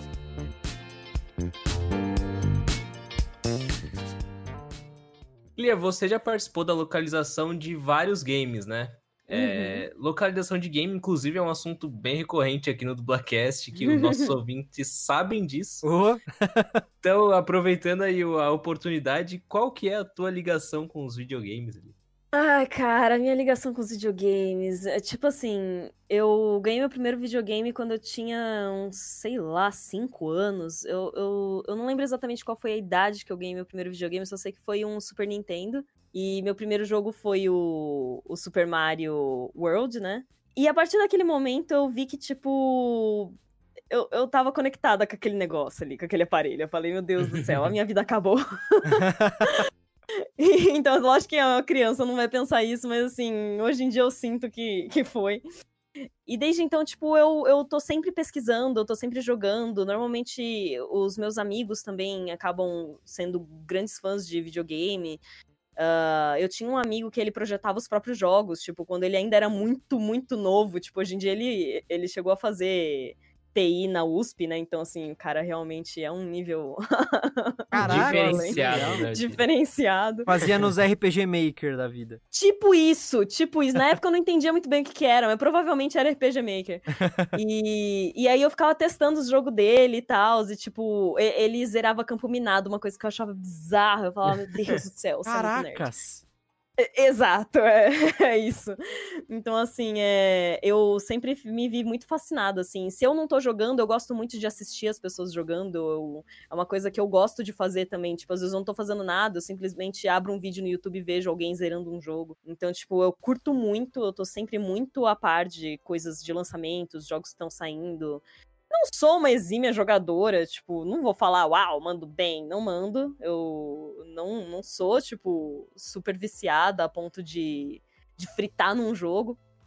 Lia, você já participou da localização de vários games, né? Localização de game, inclusive, é um assunto bem recorrente aqui no Dublacast, que os nossos ouvintes sabem disso. Então, aproveitando aí a oportunidade, qual que é a tua ligação com os videogames? Ai, cara, a minha ligação com os videogames é tipo assim, eu ganhei meu primeiro videogame quando eu tinha uns, sei lá, 5 anos. Eu não lembro exatamente qual foi a idade que eu ganhei meu primeiro videogame, só sei que foi um Super Nintendo. E meu primeiro jogo foi o Super Mario World, né? E a partir daquele momento eu vi que, tipo, eu tava conectada com aquele negócio ali, com aquele aparelho. Eu falei, meu Deus do céu, a minha vida acabou. Então, lógico que uma criança não vai pensar isso, mas assim, hoje em dia eu sinto que foi. E desde então, tipo, eu tô sempre pesquisando, eu tô sempre jogando. Normalmente, os meus amigos também acabam sendo grandes fãs de videogame. Eu tinha um amigo que ele projetava os próprios jogos, tipo, quando ele ainda era muito, muito novo. Tipo, hoje em dia ele chegou a fazer TI na USP, né? Então, assim, o cara realmente é um nível diferenciado, né? Diferenciado. Fazia nos RPG Maker da vida. Tipo isso. Na época eu não entendia muito bem o que era, mas provavelmente era RPG Maker. E aí eu ficava testando os jogos dele e tal, e tipo, ele zerava Campo Minado, uma coisa que eu achava bizarra. Eu falava, meu Deus do céu, você é muito nerd. Caracas! Exato, é isso. Então, assim, eu sempre me vi muito fascinada, assim. Se eu não tô jogando, eu gosto muito de assistir as pessoas jogando. É uma coisa que eu gosto de fazer também. Tipo, às vezes eu não tô fazendo nada, eu simplesmente abro um vídeo no YouTube e vejo alguém zerando um jogo. Então, tipo, eu curto muito, eu tô sempre muito a par de coisas de lançamentos, jogos que estão saindo. Não sou uma exímia jogadora, tipo, não vou falar, uau, mando bem, não mando. Eu não sou, tipo, super viciada a ponto de fritar num jogo.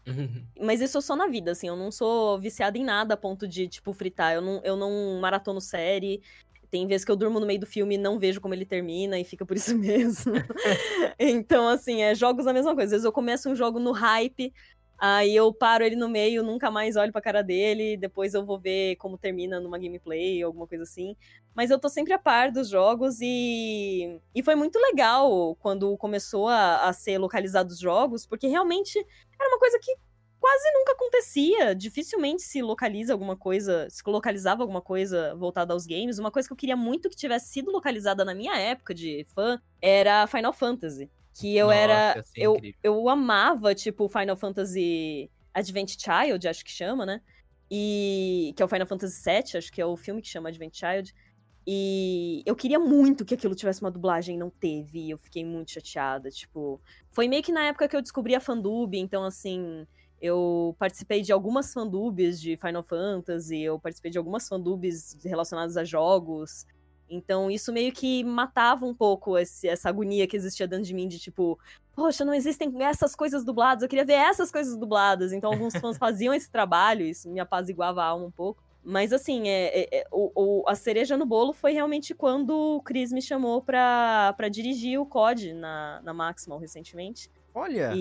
Mas isso só na vida, assim, eu não sou viciada em nada a ponto de, tipo, fritar. Eu não maratono série. Tem vezes que eu durmo no meio do filme e não vejo como ele termina e fica por isso mesmo. Então, assim, jogos a mesma coisa. Às vezes eu começo um jogo no hype, aí eu paro ele no meio, nunca mais olho pra cara dele, depois eu vou ver como termina numa gameplay, alguma coisa assim. Mas eu tô sempre a par dos jogos e foi muito legal quando começou a ser localizados os jogos, porque realmente era uma coisa que quase nunca acontecia. Dificilmente se localizava alguma coisa voltada aos games. Uma coisa que eu queria muito que tivesse sido localizada na minha época de fã era Final Fantasy. Que eu Nossa, assim, incrível. eu amava, tipo, Final Fantasy Advent Child, acho que chama, né? Que é o Final Fantasy VII, acho que é o filme que chama Advent Child. E eu queria muito que aquilo tivesse uma dublagem, não teve. E eu fiquei muito chateada, tipo... Foi meio que na época que eu descobri a Fandub, então, assim... Eu participei de algumas fandubs de Final Fantasy, eu participei de algumas fandubs relacionadas a jogos. Então, isso meio que matava um pouco essa agonia que existia dentro de mim, de tipo, poxa, não existem essas coisas dubladas, eu queria ver essas coisas dubladas. Então, alguns fãs faziam esse trabalho, isso me apaziguava a alma um pouco. Mas, assim, a cereja no bolo foi realmente quando o Chris me chamou pra dirigir o COD na Maximal recentemente. Olha! E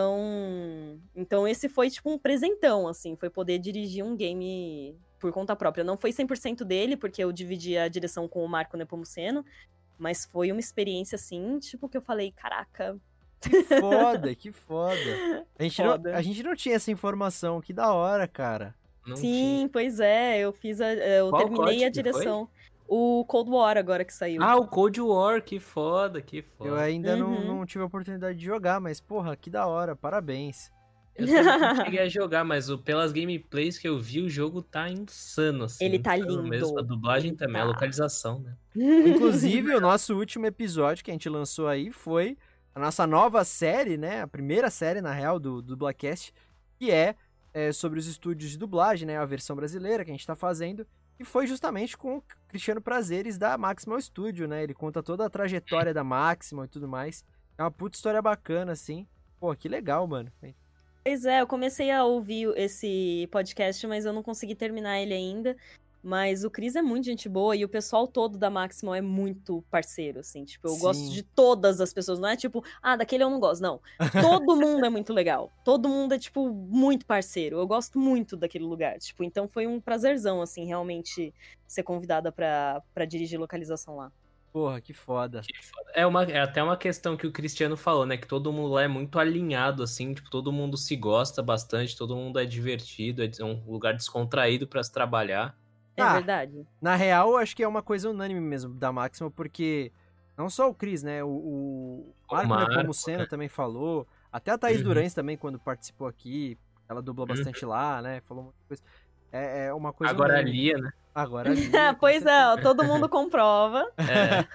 então esse foi tipo um presentão, assim, foi poder dirigir um game por conta própria. Não foi 100% dele, porque eu dividi a direção com o Marco Nepomuceno, mas foi uma experiência, assim, tipo, que eu falei, caraca... Que foda, que foda. Foda. A gente não tinha essa informação, que da hora, cara. Não Sim, tinha. pois é, eu Qual terminei COD a que foi? direção. O Cold War agora que saiu. Ah, o Cold War, que foda, que Eu foda. ainda Uhum. não tive a oportunidade de jogar, mas, porra, que da hora, parabéns. Eu também não cheguei a jogar, mas pelas gameplays que eu vi, o jogo tá insano, assim. Ele tá Insano mesmo. A lindo. dublagem Ele também, a tá. localização, né? Inclusive, o nosso último episódio que a gente lançou aí foi a nossa nova série, né? A primeira série, na real, do Dublacast, que é sobre os estúdios de dublagem, né? A versão brasileira que a gente tá fazendo. E foi justamente com o Cristiano Prazeres da Maximal Studio, né? Ele conta toda a trajetória da Maximal e tudo mais. É uma puta história bacana, assim. Pô, que legal, mano. Pois é, eu comecei a ouvir esse podcast, mas eu não consegui terminar ele ainda. Mas o Cris é muito gente boa e o pessoal todo da Maximal é muito parceiro, assim. Tipo, eu gosto Sim. de todas as pessoas. Não é tipo, daquele eu não gosto. Não. Todo mundo é muito legal. Todo mundo é, tipo, muito parceiro. Eu gosto muito daquele lugar. Tipo, então foi um prazerzão, assim, realmente ser convidada pra dirigir localização lá. Porra, que foda. Que foda. É até uma questão que o Cristiano falou, né? Que todo mundo lá é muito alinhado, assim. Tipo, todo mundo se gosta bastante, todo mundo é divertido, é um lugar descontraído pra se trabalhar. É verdade. Na real, acho que é uma coisa unânime mesmo da Máxima, porque não só o Cris, né? O Marco Marco, Nepomuceno né? também falou. Até a Thaís Uhum. Durães também, quando participou aqui, ela dublou bastante lá, né? Falou muita coisa. É uma coisa Agora a unânime. Lia, né? Agora a Lia, com Pois é, ó, certeza. todo mundo comprova. É.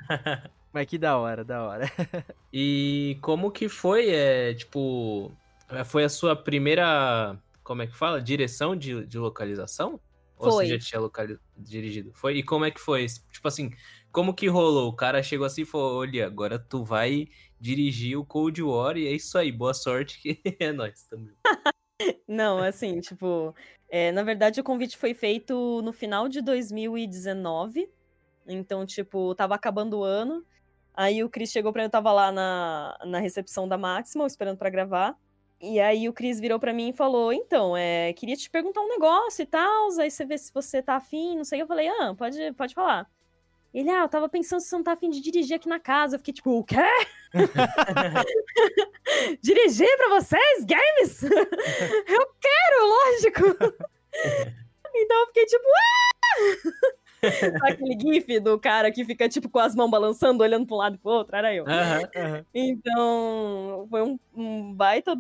Mas que da hora, da hora. E como que foi, tipo, foi a sua primeira, como é que fala? Direção de localização? Ou você já Foi. tinha dirigido? Foi? E como é que foi? Tipo assim, como que rolou? O cara chegou assim e falou, olha, agora tu vai dirigir o Cold War e é isso aí, boa sorte que é nóis, tamo junto. Não, assim, tipo, na verdade o convite foi feito no final de 2019, então, tipo, tava acabando o ano, aí o Cris chegou pra mim, eu tava lá na recepção da Maximal, esperando pra gravar, e aí o Cris virou pra mim e falou, então, queria te perguntar um negócio e tal, aí você vê se você tá afim, não sei, eu falei, pode falar. Ele, eu tava pensando se você não tá afim de dirigir aqui na casa, eu fiquei tipo, o quê? Dirigir pra vocês, games? Eu quero, lógico! Então eu fiquei tipo, aquele gif do cara que fica tipo com as mãos balançando, olhando pra um lado e pro outro, era eu. Aham. Então, foi um baita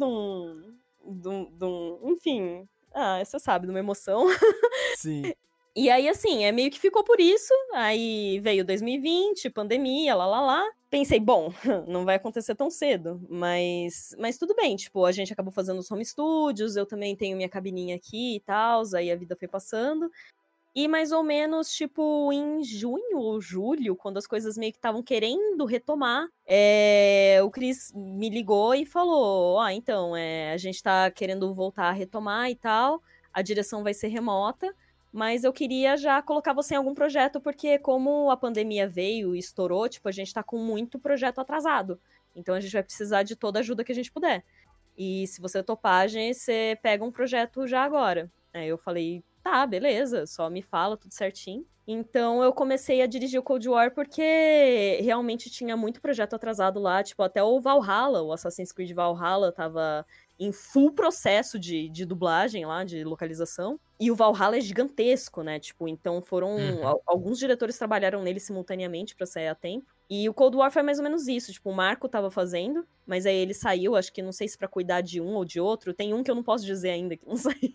enfim, você sabe, de uma emoção. Sim. E aí, assim, meio que ficou por isso. Aí veio 2020, pandemia, lá. Pensei, bom, não vai acontecer tão cedo. Mas tudo bem, tipo, a gente acabou fazendo os home studios, eu também tenho minha cabininha aqui e tal, aí a vida foi passando. E mais ou menos, tipo, em junho ou julho, quando as coisas meio que estavam querendo retomar, o Chris me ligou e falou, então, a gente tá querendo voltar a retomar e tal, a direção vai ser remota, mas eu queria já colocar você em algum projeto, porque como a pandemia veio e estourou, tipo, a gente tá com muito projeto atrasado. Então a gente vai precisar de toda a ajuda que a gente puder. E se você topar, você pega um projeto já agora. Aí eu falei, tá, beleza, só me fala tudo certinho. Então eu comecei a dirigir o Cold War porque realmente tinha muito projeto atrasado lá, tipo, até o Valhalla, o Assassin's Creed Valhalla tava em full processo de dublagem lá, de localização. E o Valhalla é gigantesco, né? Tipo, então foram... Alguns diretores trabalharam nele simultaneamente pra sair a tempo. E o Cold War foi mais ou menos isso, tipo, o Marco tava fazendo, mas aí ele saiu, acho que não sei se pra cuidar de um ou de outro, tem um que eu não posso dizer ainda que não saiu,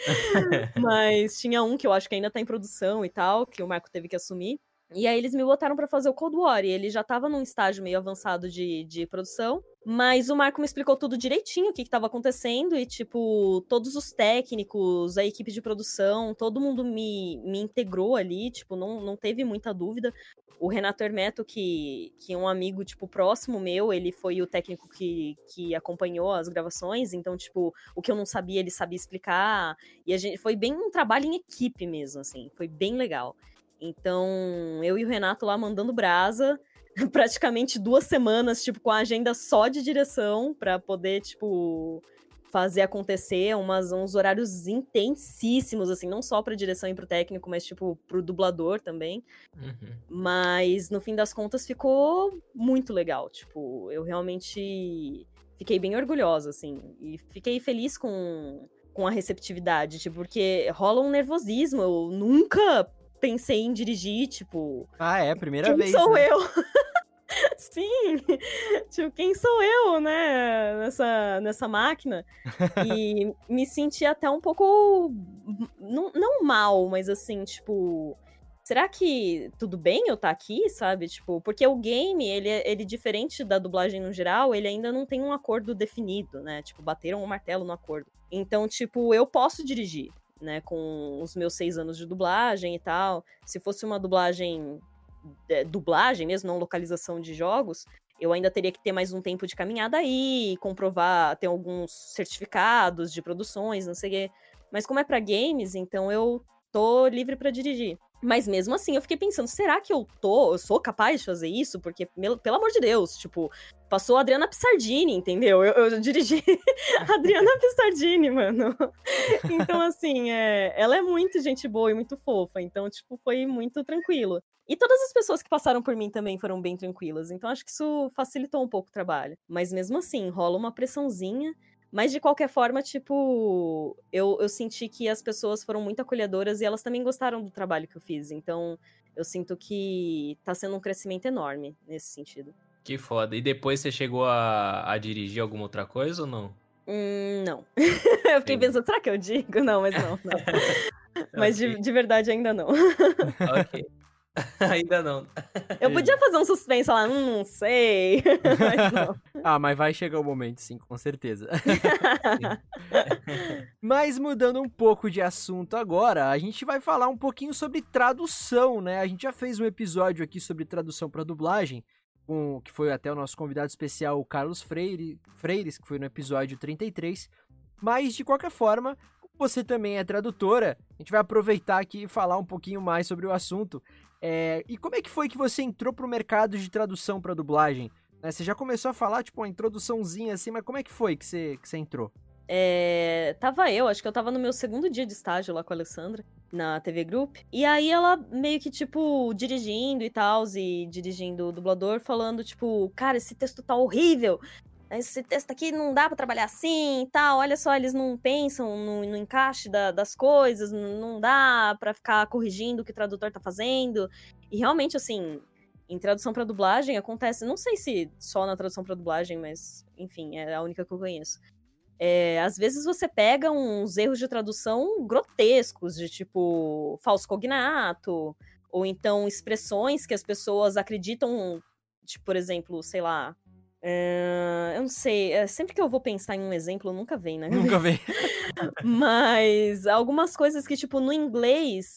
mas tinha um que eu acho que ainda tá em produção e tal, que o Marco teve que assumir, e aí eles me botaram pra fazer o Cold War, e ele já tava num estágio meio avançado de produção, mas o Marco me explicou tudo direitinho, o que tava acontecendo, e tipo, todos os técnicos, a equipe de produção, todo mundo me integrou ali, tipo, não teve muita dúvida. O Renato Hermeto, que é um amigo, tipo, próximo meu, ele foi o técnico que acompanhou as gravações, então, tipo, o que eu não sabia, ele sabia explicar, e a gente foi bem um trabalho em equipe mesmo, assim, foi bem legal. Então, eu e o Renato lá mandando brasa, praticamente 2 semanas, tipo, com a agenda só de direção, pra poder, tipo, fazer acontecer uns horários intensíssimos, assim, não só pra direção e pro técnico, mas, tipo, pro dublador também. Mas, no fim das contas, ficou muito legal. Tipo, eu realmente fiquei bem orgulhosa, assim. E fiquei feliz com a receptividade, tipo, porque rola um nervosismo. Eu nunca pensei em dirigir, tipo... Primeira quem vez, sou né? eu? Sim! Tipo, quem sou eu, né? Nessa máquina. E me senti até um pouco... Não mal, mas assim, tipo... Será que tudo bem eu estar aqui, sabe? Tipo, porque o game, ele diferente da dublagem no geral, ele ainda não tem um acordo definido, né? Tipo, bateram o martelo no acordo. Então, tipo, eu posso dirigir, né? Com os meus 6 anos de dublagem e tal. Se fosse uma dublagem mesmo, não localização de jogos, eu ainda teria que ter mais um tempo de caminhada aí, comprovar, ter alguns certificados de produções, não sei o quê. Mas como é pra games, então eu tô livre pra dirigir. Mas mesmo assim, eu fiquei pensando, será que eu sou capaz de fazer isso? Porque, pelo amor de Deus, tipo, passou a Adriana Pissardini, entendeu? Eu dirigi a Adriana Pissardini, mano. Então, assim, ela é muito gente boa e muito fofa, então, tipo, foi muito tranquilo. E todas as pessoas que passaram por mim também foram bem tranquilas, então acho que isso facilitou um pouco o trabalho. Mas mesmo assim, rola uma pressãozinha. Mas, de qualquer forma, tipo, eu senti que as pessoas foram muito acolhedoras e elas também gostaram do trabalho que eu fiz. Então, eu sinto que tá sendo um crescimento enorme nesse sentido. Que foda. E depois você chegou a dirigir alguma outra coisa ou não? Não. Eu fiquei pensando, será que eu digo? Não, mas não. Mas Ok. de verdade ainda não. Ok. Ainda não. Eu podia fazer um suspense lá, não sei. Mas não. Mas vai chegar o momento, sim, com certeza. Mas mudando um pouco de assunto agora, a gente vai falar um pouquinho sobre tradução, né? A gente já fez um episódio aqui sobre tradução para dublagem, que foi até o nosso convidado especial, o Carlos Freires, que foi no episódio 33. Mas, de qualquer forma, você também é tradutora, a gente vai aproveitar aqui e falar um pouquinho mais sobre o assunto. E como é que foi que você entrou pro mercado de tradução para dublagem? Você já começou a falar, tipo, uma introduçãozinha assim, mas como é que foi que você entrou? Acho que eu tava no meu 2º dia de estágio lá com a Alessandra, na TV Group, e aí ela meio que, tipo, dirigindo e tal, e dirigindo o dublador, falando, tipo, cara, esse texto tá horrível, esse texto aqui não dá pra trabalhar assim e tal, olha só, eles não pensam no encaixe das coisas, não dá pra ficar corrigindo o que o tradutor tá fazendo, e realmente, assim, em tradução pra dublagem acontece, não sei se só na tradução pra dublagem, mas, enfim, é a única que eu conheço. Às vezes você pega uns erros de tradução grotescos, de tipo falso cognato, ou então expressões que as pessoas acreditam, tipo, por exemplo, sei lá, eu não sei, sempre que eu vou pensar em um exemplo, nunca vem, né? Nunca vem. Mas algumas coisas que, tipo, no inglês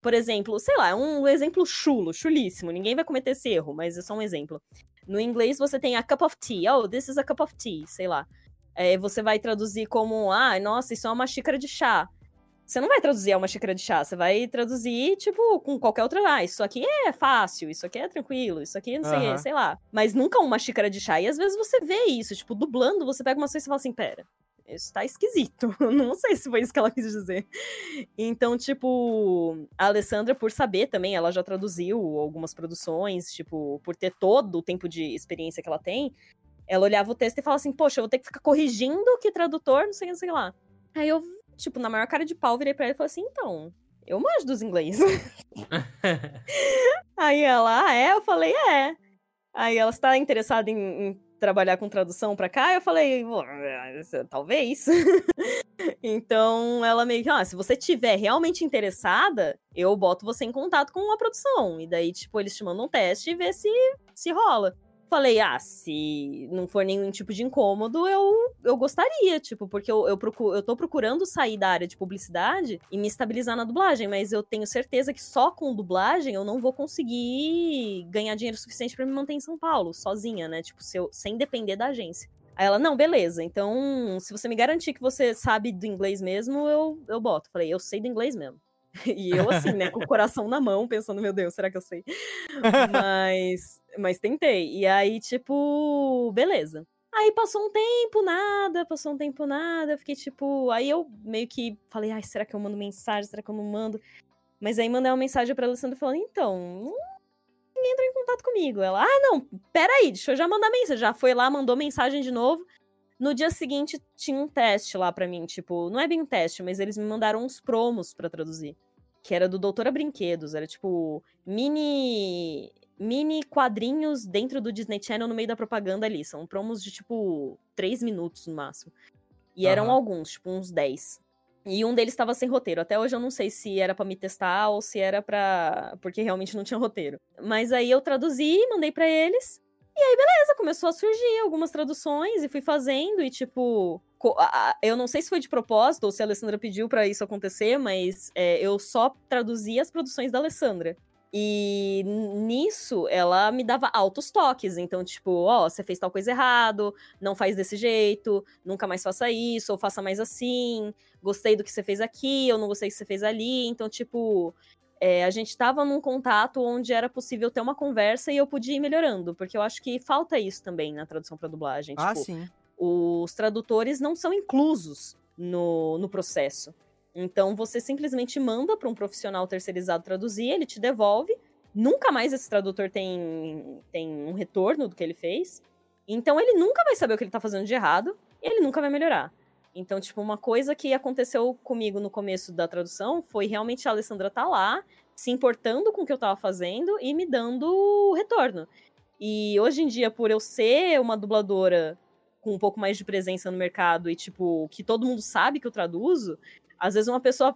Por exemplo, sei lá, um exemplo chulíssimo. Ninguém vai cometer esse erro, mas é só um exemplo. No inglês você tem a cup of tea. Oh, this is a cup of tea, sei lá. Você vai traduzir como, nossa, isso é uma xícara de chá. Você não vai traduzir uma xícara de chá, você vai traduzir, tipo, com qualquer outra. Isso aqui é fácil, isso aqui é tranquilo, isso aqui não sei, sei lá. Mas nunca uma xícara de chá. E às vezes você vê isso, tipo, dublando, você pega uma coisa e você fala assim, pera, isso tá esquisito. Não sei se foi isso que ela quis dizer. Então, tipo, a Alessandra, por saber também, ela já traduziu algumas produções, tipo, por ter todo o tempo de experiência que ela tem, ela olhava o texto e falava assim, poxa, eu vou ter que ficar corrigindo que tradutor, não sei o que lá. Aí eu, tipo, na maior cara de pau, virei pra ela e falei assim, então, eu manjo dos inglês. Aí ela, é? Eu falei, é. Aí ela está interessada em trabalhar com tradução pra cá? Eu falei, talvez. Então, ela meio que, se você tiver realmente interessada, eu boto você em contato com a produção. E daí, tipo, eles te mandam um teste e vê se rola. Falei, se não for nenhum tipo de incômodo, eu gostaria, tipo, porque eu tô procurando sair da área de publicidade e me estabilizar na dublagem, mas eu tenho certeza que só com dublagem eu não vou conseguir ganhar dinheiro suficiente pra me manter em São Paulo, sozinha, né? Tipo, sem depender da agência. Aí ela, não, beleza, então se você me garantir que você sabe do inglês mesmo, eu boto. Falei, eu sei do inglês mesmo. E eu assim, né, com o coração na mão, pensando, meu Deus, será que eu sei? Mas tentei. E aí, tipo, beleza. Aí passou um tempo, nada. Eu fiquei tipo. Aí eu meio que falei, será que eu mando mensagem? Será que eu não mando? Mas aí mandei uma mensagem pra Alessandra falando, então, ninguém entrou em contato comigo. Ela, não, peraí, deixa eu já mandar mensagem. Já foi lá, mandou mensagem de novo. No dia seguinte, tinha um teste lá pra mim, tipo, não é bem um teste, mas eles me mandaram uns promos pra traduzir. Que era do Doutora Brinquedos, era tipo, mini quadrinhos dentro do Disney Channel no meio da propaganda ali. São promos de, tipo, 3 minutos no máximo. E eram alguns, tipo, uns 10. E um deles tava sem roteiro. Até hoje eu não sei se era pra me testar ou se era pra... porque realmente não tinha roteiro. Mas aí eu traduzi, mandei pra eles. E aí, beleza, começou a surgir algumas traduções e fui fazendo. E, tipo, eu não sei se foi de propósito ou se a Alessandra pediu pra isso acontecer, mas eu só traduzi as produções da Alessandra. E nisso, ela me dava altos toques. Então, tipo, você fez tal coisa errado, não faz desse jeito, nunca mais faça isso, ou faça mais assim. Gostei do que você fez aqui, eu não gostei do que você fez ali. Então, tipo, a gente tava num contato onde era possível ter uma conversa e eu podia ir melhorando. Porque eu acho que falta isso também na tradução pra dublagem. Tipo, sim. Os tradutores não são inclusos no processo. Então, você simplesmente manda para um profissional terceirizado traduzir, ele te devolve. Nunca mais esse tradutor tem um retorno do que ele fez. Então, ele nunca vai saber o que ele tá fazendo de errado e ele nunca vai melhorar. Então, tipo, uma coisa que aconteceu comigo no começo da tradução foi realmente a Alessandra tá lá, se importando com o que eu tava fazendo e me dando retorno. E hoje em dia, por eu ser uma dubladora com um pouco mais de presença no mercado e, tipo, que todo mundo sabe que eu traduzo, às vezes uma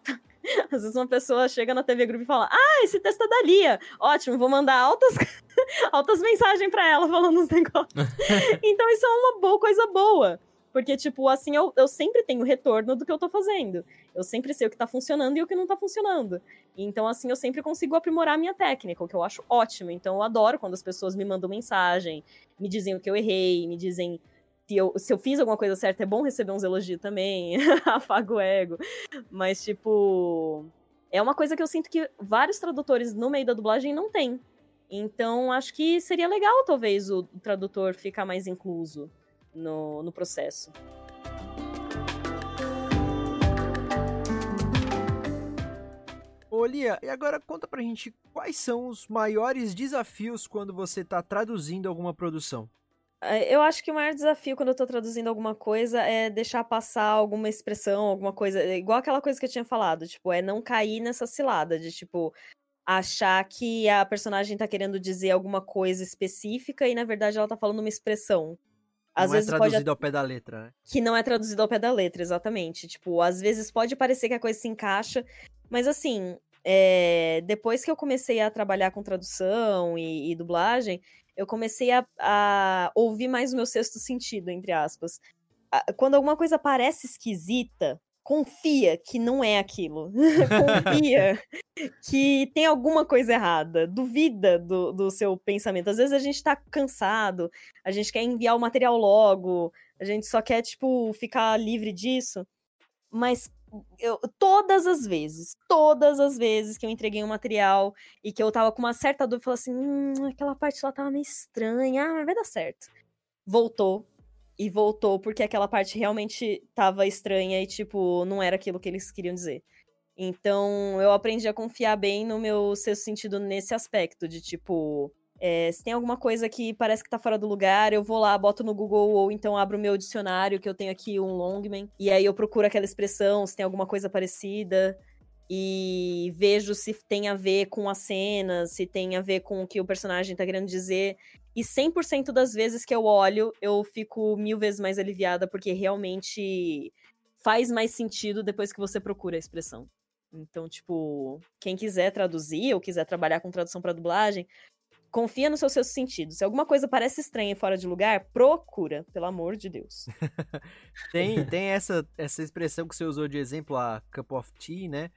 pessoa chega na TV Grupo e fala, esse texto é da Lia. Ótimo, vou mandar altas mensagens pra ela falando os negócios. Então isso é uma coisa boa. Porque, tipo, assim, eu sempre tenho retorno do que eu tô fazendo. Eu sempre sei o que tá funcionando e o que não tá funcionando. Então, assim, eu sempre consigo aprimorar a minha técnica, o que eu acho ótimo. Então, eu adoro quando as pessoas me mandam mensagem, me dizem o que eu errei, me dizem se eu fiz alguma coisa certa. É bom receber uns elogios também, afago o ego. Mas, tipo, é uma coisa que eu sinto que vários tradutores no meio da dublagem não têm. Então, acho que seria legal, talvez, o tradutor ficar mais incluso no processo. Ô, Lia, e agora conta pra gente quais são os maiores desafios quando você tá traduzindo alguma produção? Eu acho que o maior desafio quando eu tô traduzindo alguma coisa é deixar passar alguma expressão, alguma coisa, igual aquela coisa que eu tinha falado, tipo, é não cair nessa cilada de, tipo, achar que a personagem tá querendo dizer alguma coisa específica e, na verdade, ela tá falando uma expressão. Às vezes Não é traduzido ao pé da letra, né? Que não é traduzido ao pé da letra, exatamente. Tipo, às vezes pode parecer que a coisa se encaixa, mas assim, depois que eu comecei a trabalhar com tradução e dublagem, eu comecei a ouvir mais o meu sexto sentido, entre aspas. Quando alguma coisa parece esquisita, confia que não é aquilo. Confia que tem alguma coisa errada. Duvida do seu pensamento. Às vezes a gente tá cansado, a gente quer enviar o material logo, a gente só quer, tipo, ficar livre disso. Mas todas as vezes que eu entreguei um material e que eu tava com uma certa dúvida, eu falei assim, aquela parte lá tava meio estranha, mas vai dar certo. Voltou. E voltou porque aquela parte realmente tava estranha e, tipo, não era aquilo que eles queriam dizer. Então, eu aprendi a confiar bem no meu sexto sentido nesse aspecto, de, tipo, se tem alguma coisa que parece que tá fora do lugar, eu vou lá, boto no Google, ou então abro o meu dicionário, que eu tenho aqui um Longman, e aí eu procuro aquela expressão, se tem alguma coisa parecida, e vejo se tem a ver com a cena, se tem a ver com o que o personagem tá querendo dizer. E 100% das vezes que eu olho, eu fico 1000 vezes mais aliviada, porque realmente faz mais sentido depois que você procura a expressão. Então, tipo, quem quiser traduzir ou quiser trabalhar com tradução pra dublagem, confia no seu sexto sentido. Se alguma coisa parece estranha e fora de lugar, procura, pelo amor de Deus. Tem essa expressão que você usou de exemplo, a cup of tea, né?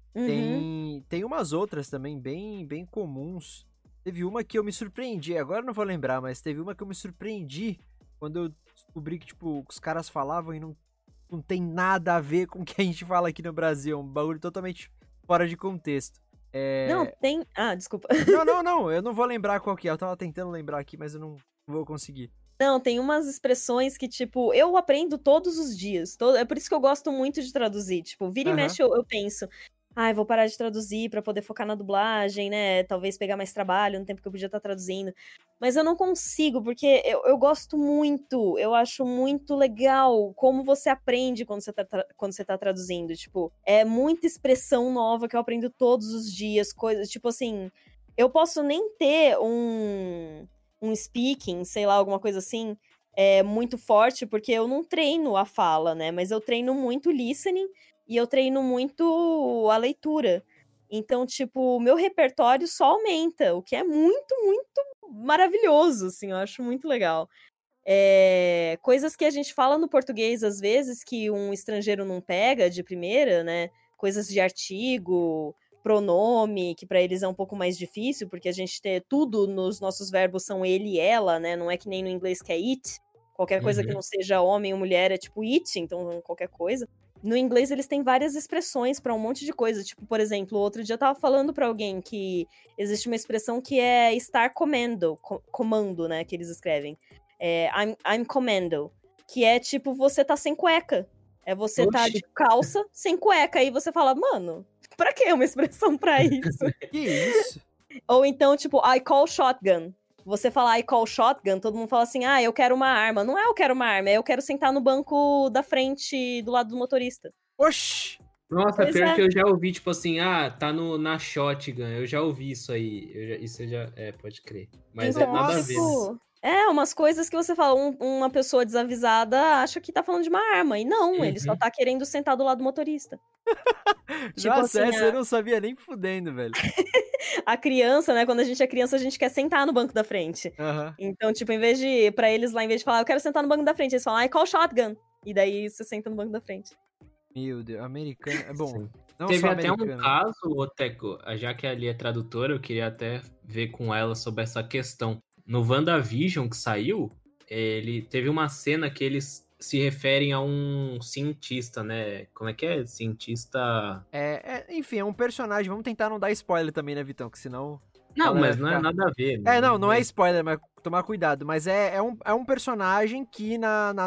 Tem umas outras também bem comuns. Teve uma que eu me surpreendi, agora eu não vou lembrar, mas teve uma que eu me surpreendi quando eu descobri que, tipo, os caras falavam e não tem nada a ver com o que a gente fala aqui no Brasil. É um bagulho totalmente fora de contexto. Não, tem... Ah, desculpa. Não, eu não vou lembrar qual que é. Eu tava tentando lembrar aqui, mas eu não vou conseguir. Não, tem umas expressões que, tipo, eu aprendo todos os dias. É por isso que eu gosto muito de traduzir. Tipo, vira e mexe eu penso, vou parar de traduzir pra poder focar na dublagem, né? Talvez pegar mais trabalho no tempo que eu podia estar traduzindo. Mas eu não consigo, porque eu gosto muito, eu acho muito legal como você aprende quando você tá traduzindo. Tipo, é muita expressão nova que eu aprendo todos os dias, coisas, tipo assim, eu posso nem ter um speaking, sei lá, alguma coisa assim, muito forte, porque eu não treino a fala, né? Mas eu treino muito listening e eu treino muito a leitura. Então, tipo, o meu repertório só aumenta, o que é muito, muito maravilhoso, assim, eu acho muito legal. Coisas que a gente fala no português, às vezes, que um estrangeiro não pega de primeira, né? Coisas de artigo, pronome, que para eles é um pouco mais difícil, porque a gente tem tudo nos nossos verbos são ele e ela, né? Não é que nem no inglês que é it. Qualquer coisa que não seja homem ou mulher é tipo it, então qualquer coisa. No inglês, eles têm várias expressões para um monte de coisa. Tipo, por exemplo, outro dia eu tava falando pra alguém que existe uma expressão que é estar comando, né? Que eles escrevem. I'm commando. Que é tipo, você tá sem cueca. Você tá de calça sem cueca. Aí você fala, mano, pra que uma expressão pra isso? Que isso? Ou então, tipo, I call shotgun. Você falar I call shotgun, todo mundo fala assim, eu quero uma arma. Não é eu quero uma arma, é eu quero sentar no banco da frente, do lado do motorista. Oxi! Nossa, pior que eu já ouvi, tipo assim, tá na shotgun. Eu já ouvi isso aí. Isso eu já... pode crer. Mas então, nada a ver, né? Umas coisas que você fala, uma pessoa desavisada acha que tá falando de uma arma. E não, ele só tá querendo sentar do lado do motorista. Tipo nossa, assim, essa eu não sabia nem fudendo, velho. A criança, né, quando a gente é criança, a gente quer sentar no banco da frente. Então, tipo, pra eles lá, em vez de falar, eu quero sentar no banco da frente, eles falam, I call shotgun. E daí você senta no banco da frente. Meu Deus, americano. É bom. Não Teve só até americano. Um caso, Oteco, já que a Ali é tradutora, eu queria até ver com ela sobre essa questão. No WandaVision que saiu, ele teve uma cena que eles se referem a um cientista, né? Como é que é? Cientista... Enfim, é um personagem. Vamos tentar não dar spoiler também, né, Vitão? Que senão... Não, mas não é nada a ver. Não é spoiler, mas tomar cuidado. Mas é um personagem que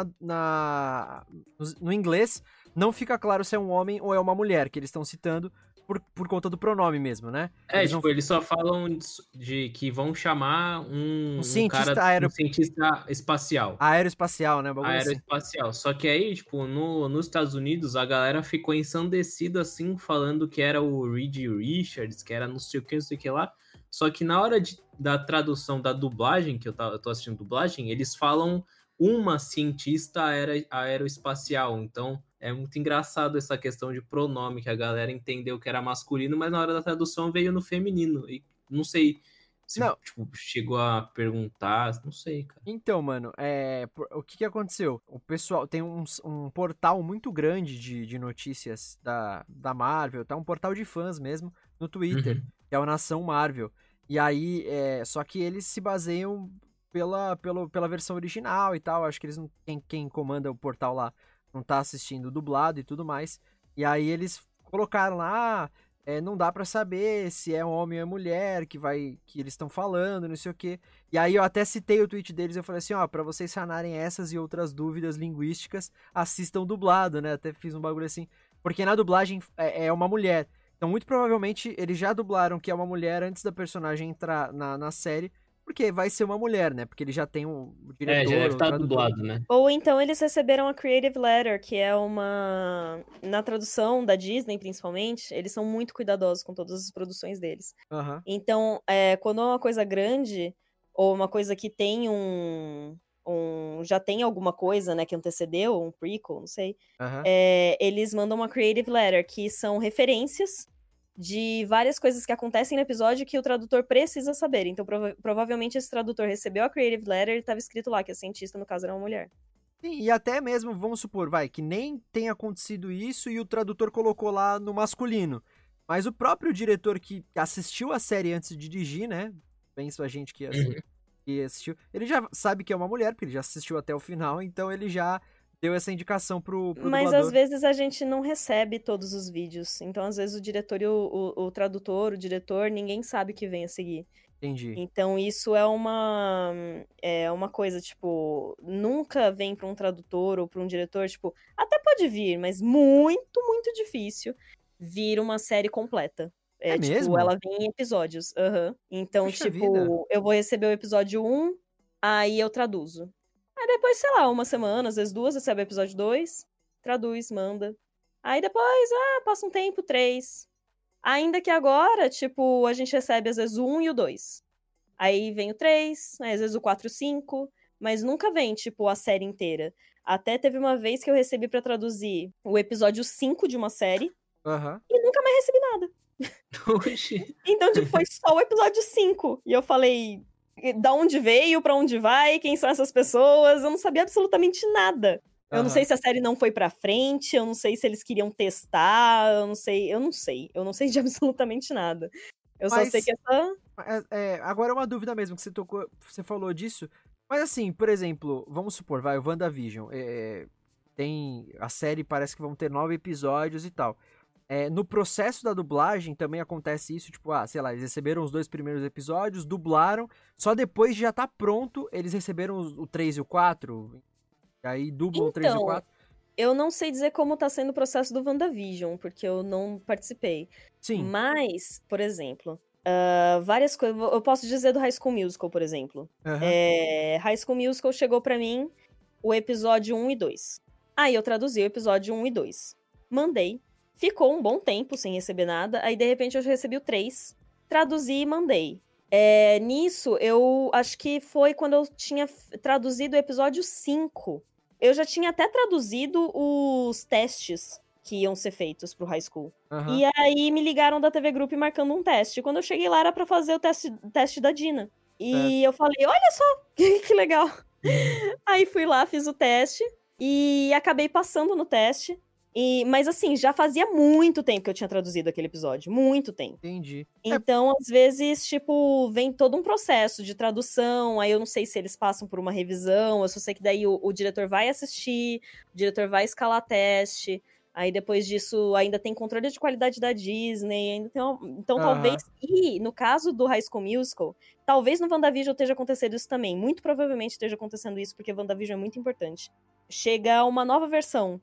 no inglês não fica claro se é um homem ou é uma mulher, que eles estão citando por conta do pronome mesmo, né? Eles só falam de que vão chamar um cientista cara, um cientista espacial. Aeroespacial, né? Aeroespacial. Assim. Só que aí, tipo, nos Estados Unidos, a galera ficou ensandecida, assim, falando que era o Reed Richards, que era não sei o que lá. Só que na hora da tradução da dublagem, que eu tô assistindo dublagem, eles falam uma cientista aeroespacial. Então, é muito engraçado essa questão de pronome, que a galera entendeu que era masculino, mas na hora da tradução veio no feminino. E não sei Se, Não. tipo, chegou a perguntar, não sei, cara. Então, mano, o que aconteceu? O pessoal tem um portal muito grande de notícias da Marvel, tá? Um portal de fãs mesmo, no Twitter, Uhum. que é o Nação Marvel. E aí, só que eles se baseiam pela versão original e tal. Acho que eles não. Quem comanda o portal lá não tá assistindo dublado e tudo mais. E aí eles colocaram lá. Não dá pra saber se é homem ou é mulher que eles estão falando, não sei o quê. E aí eu até citei o tweet deles, eu falei assim, ó, pra vocês sanarem essas e outras dúvidas linguísticas, assistam dublado, né? Até fiz um bagulho assim, porque na dublagem é uma mulher. Então, muito provavelmente, eles já dublaram que é uma mulher antes da personagem entrar na série, porque vai ser uma mulher, né? Porque ele já tem o Já diretor, deve o estar tradutor. dublado, né? Ou então eles receberam a Creative Letter, que é uma... Na tradução da Disney, principalmente, eles são muito cuidadosos com todas as produções deles. Aham. Então, quando é uma coisa grande, ou uma coisa que tem já tem alguma coisa, né, que antecedeu, um prequel, não sei, Aham. eles mandam uma Creative Letter, que são referências de várias coisas que acontecem no episódio que o tradutor precisa saber. Então, provavelmente esse tradutor recebeu a Creative Letter e estava escrito lá que a cientista, no caso, era uma mulher. Sim, e até mesmo, vamos supor, que nem tenha acontecido isso e o tradutor colocou lá no masculino. Mas o próprio diretor que assistiu a série antes de dirigir, né? Penso a gente que assistiu. Ele já sabe que é uma mulher, porque ele já assistiu até o final, então ele já deu essa indicação pro Mas dublador. às vezes a gente não recebe todos os vídeos. Então, às vezes, o diretor e o tradutor, o diretor, ninguém sabe o que vem a seguir. Entendi. Então, isso é uma coisa, tipo, nunca vem pra um tradutor ou pra um diretor, tipo, até pode vir, mas muito, muito difícil vir uma série completa. É Tipo, mesmo? ela vem em episódios. Aham. Então, Puxa tipo, vida. eu vou receber o episódio 1, aí eu traduzo. Aí depois, sei lá, uma semana, às vezes 2, recebe o episódio 2, traduz, manda. Aí depois, passa um tempo, 3. Ainda que agora, tipo, a gente recebe às vezes o 1 e o 2. Aí vem o 3, né, às vezes o 4 e o 5, mas nunca vem, tipo, a série inteira. Até teve uma vez que eu recebi pra traduzir o episódio 5 de uma série Aham. e nunca mais recebi nada. Oxi. Então, tipo, foi só o episódio 5. E eu falei, da onde veio, pra onde vai, quem são essas pessoas? Eu não sabia absolutamente nada. Eu não sei se a série não foi pra frente, eu não sei se eles queriam testar, eu não sei de absolutamente nada. Eu só sei que essa... Agora é uma dúvida mesmo, que você falou disso. Mas assim, por exemplo, vamos supor, o WandaVision. A série parece que vão ter 9 episódios e tal. No processo da dublagem também acontece isso, tipo, sei lá, eles receberam os 2 primeiros episódios, dublaram, só depois de já tá pronto, eles receberam o 3 e o 4, e aí dublam o 3 e o 4. Eu não sei dizer como tá sendo o processo do WandaVision, porque eu não participei. Sim. Mas, por exemplo, várias coisas... Eu posso dizer do High School Musical, por exemplo. Uhum. High School Musical chegou pra mim o episódio 1 e 2. Aí eu traduzi o episódio 1 e 2. Mandei. Ficou um bom tempo sem receber nada. Aí, de repente, eu recebi o 3. Traduzi e mandei. Nisso, eu acho que foi quando eu tinha traduzido o episódio 5. Eu já tinha até traduzido os testes que iam ser feitos pro High School. Uhum. E aí me ligaram da TV Group marcando um teste. Quando eu cheguei lá era pra fazer o teste da Dina. E eu falei, olha só, que legal. Aí fui lá, fiz o teste e acabei passando no teste. Mas assim, já fazia muito tempo que eu tinha traduzido aquele episódio. Muito tempo. Entendi. Então, às vezes, tipo, vem todo um processo de tradução, aí eu não sei se eles passam por uma revisão, eu só sei que daí o diretor vai assistir, o diretor vai escalar teste, aí depois disso ainda tem controle de qualidade da Disney, ainda tem então talvez... E no caso do High School Musical, talvez no WandaVision esteja acontecendo isso também, muito provavelmente esteja acontecendo isso, porque WandaVision é muito importante. Chega uma nova versão.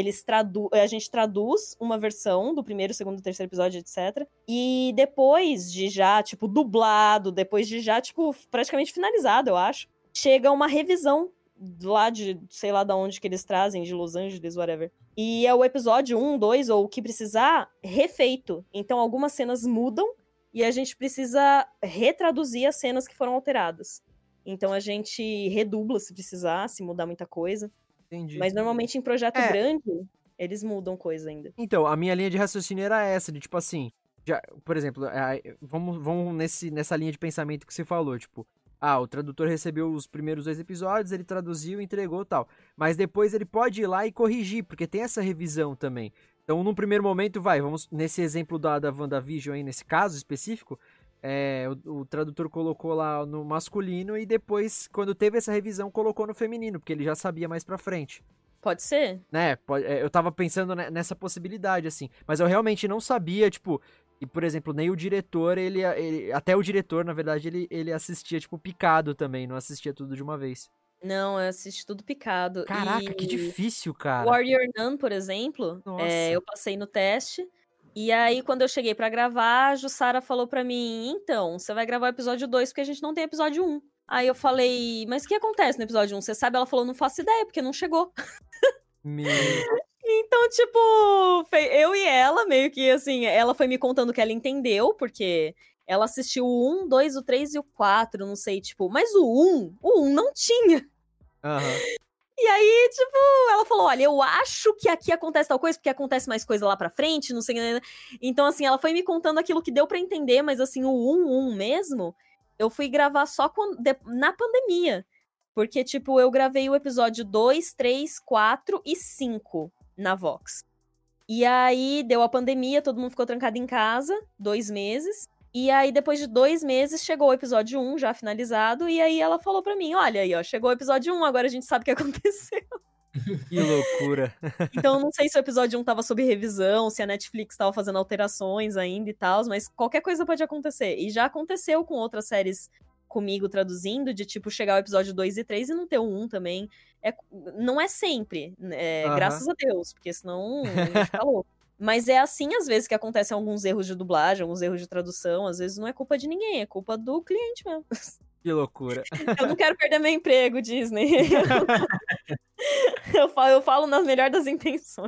A gente traduz uma versão do primeiro, segundo, terceiro episódio, etc. E depois de já, tipo, dublado, depois de já, tipo, praticamente finalizado, eu acho, chega uma revisão lá de, sei lá de onde que eles trazem, de Los Angeles, whatever. E é o episódio 1, 2, ou o que precisar, refeito. Então algumas cenas mudam e a gente precisa retraduzir as cenas que foram alteradas. Então a gente redubla se precisar, se mudar muita coisa. Entendi. Mas normalmente em projeto grande, eles mudam coisa ainda. Então, a minha linha de raciocínio era essa, de tipo assim, Por exemplo, vamos nessa linha de pensamento que você falou, tipo, o tradutor recebeu os primeiros 2 episódios, ele traduziu, entregou e tal. Mas depois ele pode ir lá e corrigir, porque tem essa revisão também. Então, num primeiro momento, vamos nesse exemplo da WandaVision aí, nesse caso específico, o tradutor colocou lá no masculino e depois, quando teve essa revisão, colocou no feminino, porque ele já sabia mais pra frente. Pode ser? Né, eu tava pensando nessa possibilidade, assim. Mas eu realmente não sabia, tipo... E, por exemplo, nem o diretor, até o diretor, na verdade, ele assistia, tipo, picado também, não assistia tudo de uma vez. Não, eu assisti tudo picado. Caraca, que difícil, cara. Warrior Nun, por exemplo, Nossa. eu passei no teste. E aí, quando eu cheguei pra gravar, a Jussara falou pra mim, então, você vai gravar o episódio 2 porque a gente não tem episódio 1. Aí eu falei, mas o que acontece no episódio 1? Você sabe? Ela falou, não faço ideia, porque não chegou. Então, tipo, eu e ela, meio que assim, ela foi me contando que ela entendeu, porque ela assistiu o 1, 2, o 3 e o 4, não sei, tipo, mas o 1 não tinha. E aí, tipo, ela falou, olha, eu acho que aqui acontece tal coisa, porque acontece mais coisa lá pra frente, não sei. Então, assim, ela foi me contando aquilo que deu pra entender, mas assim, o 1 mesmo, eu fui gravar só na pandemia. Porque, tipo, eu gravei o episódio 2, 3, 4 e 5 na Vox. E aí, deu a pandemia, todo mundo ficou trancado em casa, 2 meses. E aí, depois de 2 meses, chegou o episódio 1, já finalizado. E aí, ela falou pra mim, olha aí, ó, chegou o episódio 1, agora a gente sabe o que aconteceu. Que loucura. Então, eu não sei se o episódio 1 tava sob revisão, se a Netflix tava fazendo alterações ainda e tal, mas qualquer coisa pode acontecer. E já aconteceu com outras séries comigo traduzindo, de tipo, chegar o episódio 2 e 3 e não ter o 1 também. Não é sempre, graças a Deus, porque senão a gente fica louco. Mas é assim, às vezes, que acontecem alguns erros de dublagem, alguns erros de tradução. Às vezes não é culpa de ninguém, é culpa do cliente mesmo. Que loucura. Eu não quero perder meu emprego, Disney. Eu falo na melhor das intenções.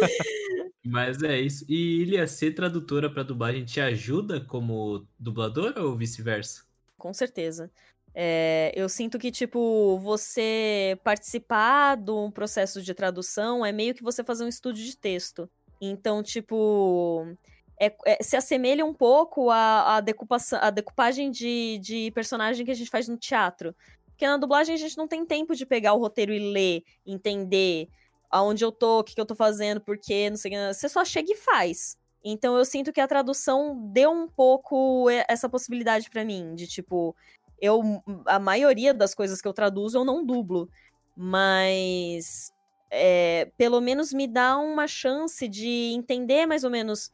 Mas é isso. E, Ilia, ser tradutora pra dublagem te ajuda como dubladora ou vice-versa? Com certeza. Eu sinto que, tipo, você participar de um processo de tradução é meio que você fazer um estudo de texto. Então, tipo, se assemelha um pouco à decupagem de personagem que a gente faz no teatro. Porque na dublagem a gente não tem tempo de pegar o roteiro e ler, entender aonde eu tô, o que eu tô fazendo, por quê, não sei o que. Você só chega e faz. Então eu sinto que a tradução deu um pouco essa possibilidade pra mim, de tipo, a maioria das coisas que eu traduzo eu não dublo, mas pelo menos me dá uma chance de entender mais ou menos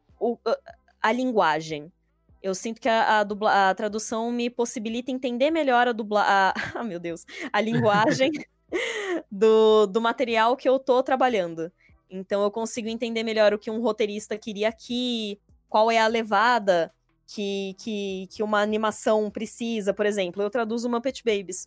a linguagem. Eu sinto que a tradução me possibilita entender melhor meu Deus, a linguagem do material que eu tô trabalhando. Então eu consigo entender melhor o que um roteirista queria aqui, qual é a levada que uma animação precisa. Por exemplo, eu traduzo Muppet Babies.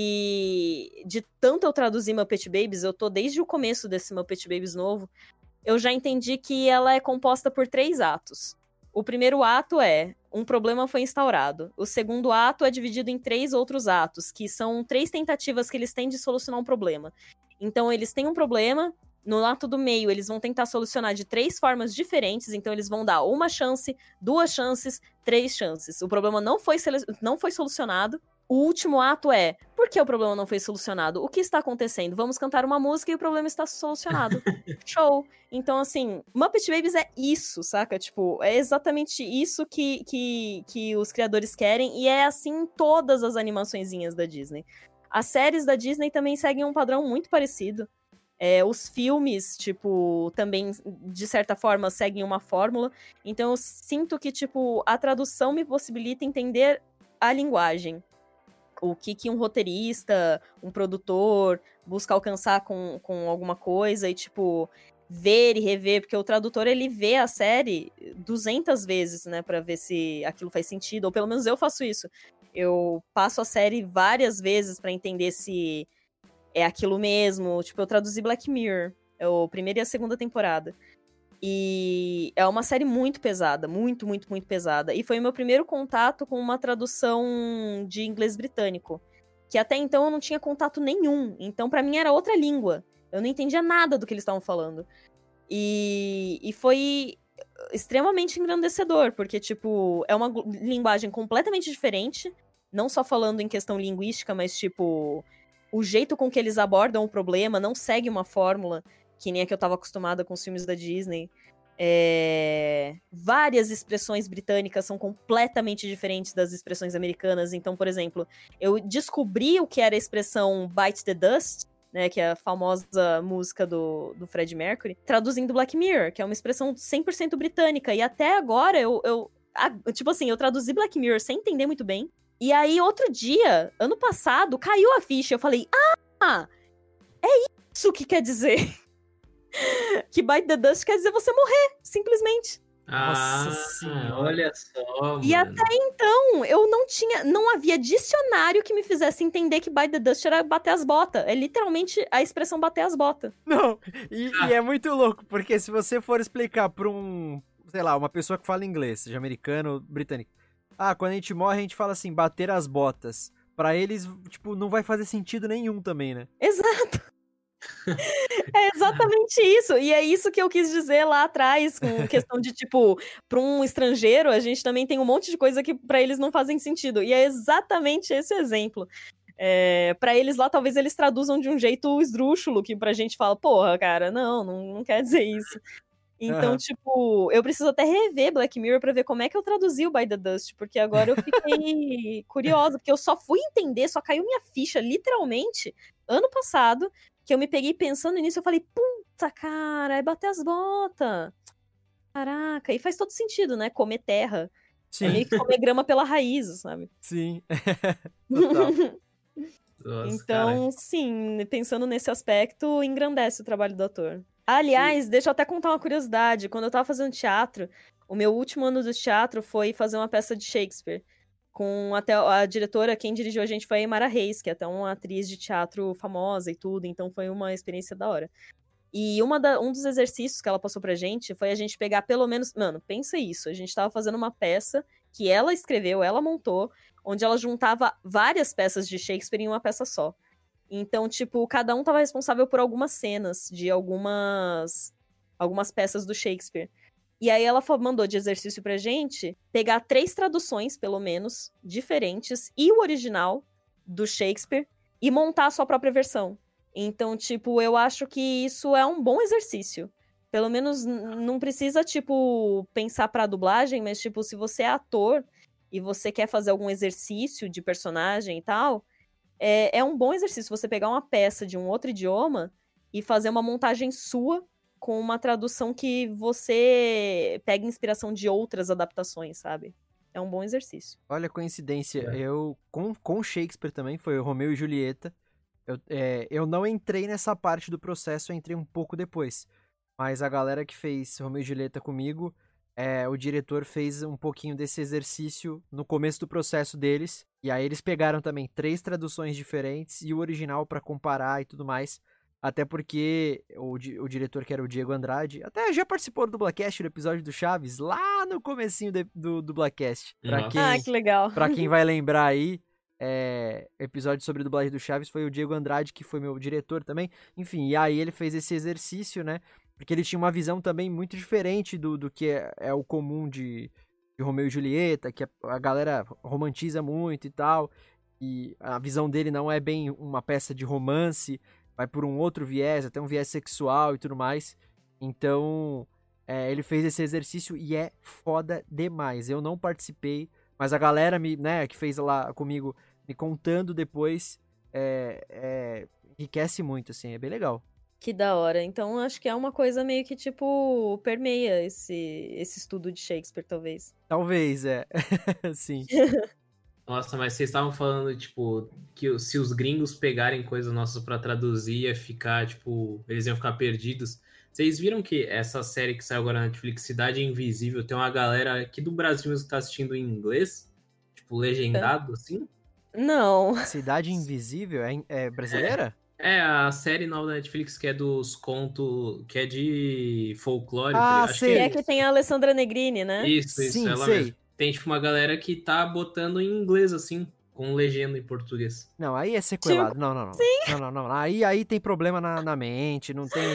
E de tanto eu traduzir Muppet Babies, eu tô desde o começo desse Muppet Babies novo, eu já entendi que ela é composta por 3 atos. O primeiro ato é um problema foi instaurado. O segundo ato é dividido em 3 outros atos, que são 3 tentativas que eles têm de solucionar um problema. Então, eles têm um problema, no ato do meio, eles vão tentar solucionar de 3 formas diferentes, então eles vão dar 1 chance, 2 chances, 3 chances. O problema não foi solucionado. O último ato é, por que o problema não foi solucionado? O que está acontecendo? Vamos cantar uma música e o problema está solucionado. Show! Então, assim, Muppet Babies é isso, saca? Tipo, é exatamente isso que os criadores querem, e é assim em todas as animaçõezinhas da Disney. As séries da Disney também seguem um padrão muito parecido. Os filmes, tipo, também, de certa forma, seguem uma fórmula. Então, eu sinto que, tipo, a tradução me possibilita entender a linguagem. O que um roteirista, um produtor busca alcançar com alguma coisa e, tipo, ver e rever, porque o tradutor, ele vê a série 200 vezes, né, pra ver se aquilo faz sentido, ou pelo menos eu faço isso. Eu passo a série várias vezes pra entender se é aquilo mesmo. Tipo, eu traduzi Black Mirror, a primeira e a segunda temporada. E é uma série muito pesada, muito, muito, muito pesada. E foi o meu primeiro contato com uma tradução de inglês britânico, que até então eu não tinha contato nenhum. Então, pra mim, era outra língua. Eu não entendia nada do que eles estavam falando. E foi extremamente engrandecedor, porque, tipo, é uma linguagem completamente diferente, não só falando em questão linguística, mas, tipo, o jeito com que eles abordam o problema não segue uma fórmula, que nem a que eu tava acostumada com os filmes da Disney. Várias expressões britânicas são completamente diferentes das expressões americanas. Então, por exemplo, eu descobri o que era a expressão bite the dust, né, que é a famosa música do Freddie Mercury, traduzindo Black Mirror, que é uma expressão 100% britânica. E até agora, tipo assim, eu traduzi Black Mirror sem entender muito bem. E aí, outro dia, ano passado, caiu a ficha. Eu falei, é isso que quer dizer. Que bite the dust quer dizer você morrer, simplesmente. Nossa senhora. Olha só, E mano. até então, eu não havia dicionário que me fizesse entender que bite the dust era bater as botas. É literalmente a expressão bater as botas. Não, e é muito louco, porque se você for explicar pra sei lá, uma pessoa que fala inglês, seja americano ou britânico, quando a gente morre, a gente fala assim, bater as botas. Pra eles, tipo, não vai fazer sentido nenhum também, né? Exato. É exatamente isso. E é isso que eu quis dizer lá atrás, com questão de, tipo, pra um estrangeiro, a gente também tem um monte de coisa que pra eles não fazem sentido. E é exatamente esse o exemplo. Pra eles lá, talvez eles traduzam de um jeito esdrúxulo, que pra gente fala, porra, cara, não quer dizer isso. Então, tipo, eu preciso até rever Black Mirror pra ver como é que eu traduzi o Bite the Dust, porque agora eu fiquei curiosa, porque eu só fui entender, só caiu minha ficha, literalmente, ano passado, que eu me peguei pensando nisso, eu falei, puta, cara, é bater as botas. Caraca, e faz todo sentido, né? Comer terra. Sim. É meio que comer grama pela raiz, sabe? Sim. Total. Nossa, Então, cara. sim, pensando nesse aspecto, engrandece o trabalho do ator. Aliás, deixa eu até contar uma curiosidade. Quando eu tava fazendo teatro, o meu último ano do teatro foi fazer uma peça de Shakespeare. Com até a diretora, quem dirigiu a gente foi a Aimara Reis, que é até uma atriz de teatro famosa e tudo, então foi uma experiência da hora. E um dos exercícios que ela passou pra gente foi a gente pegar pelo menos... Mano, pensa isso, a gente tava fazendo uma peça que ela escreveu, ela montou, onde ela juntava várias peças de Shakespeare em uma peça só. Então, tipo, cada um tava responsável por algumas cenas de algumas peças do Shakespeare. E aí ela mandou de exercício pra gente pegar 3 traduções, pelo menos, diferentes, e o original do Shakespeare, e montar a sua própria versão. Então, tipo, eu acho que isso é um bom exercício. Pelo menos não precisa, tipo, pensar pra dublagem, mas, tipo, se você é ator e você quer fazer algum exercício de personagem e tal, é um bom exercício você pegar uma peça de um outro idioma e fazer uma montagem sua com uma tradução que você pega inspiração de outras adaptações, sabe? É um bom exercício. Olha a coincidência, eu com Shakespeare também, foi o Romeu e Julieta. Eu não entrei nessa parte do processo, eu entrei um pouco depois. Mas a galera que fez Romeu e Julieta comigo, o diretor fez um pouquinho desse exercício no começo do processo deles. E aí eles pegaram também 3 traduções diferentes e o original pra comparar e tudo mais. Até porque o diretor, que era o Diego Andrade, até já participou do Blackcast, no episódio do Chaves, lá no comecinho do Blackcast. Que legal. Pra quem vai lembrar aí, episódio sobre a dublagem do Chaves foi o Diego Andrade, que foi meu diretor também. Enfim, e aí ele fez esse exercício, né? Porque ele tinha uma visão também muito diferente do que é o comum de Romeu e Julieta, que a galera romantiza muito e tal. E a visão dele não é bem uma peça de romance, vai por um outro viés, até um viés sexual e tudo mais. Então, ele fez esse exercício e é foda demais. Eu não participei, mas a galera que fez lá comigo, me contando depois, enriquece muito, assim, é bem legal. Que da hora. Então, acho que é uma coisa meio que, tipo, permeia esse estudo de Shakespeare, talvez. Talvez, sim. Nossa, mas vocês estavam falando, tipo, que se os gringos pegarem coisas nossas pra traduzir, ia ficar, tipo, eles iam ficar perdidos. Vocês viram que essa série que saiu agora na Netflix, Cidade Invisível, tem uma galera aqui do Brasil mesmo que tá assistindo em inglês? Tipo, legendado, assim? Não. Cidade Invisível é brasileira? A série nova da Netflix que é dos contos, que é de folclore. Acho sei. Que tem a Alessandra Negrini, né? Isso, Sim, ela sei. mesmo. Tem, tipo, uma galera que tá botando em inglês, assim, com legenda em português. Não, aí é sequelado. Não. Aí tem problema na mente, não tem...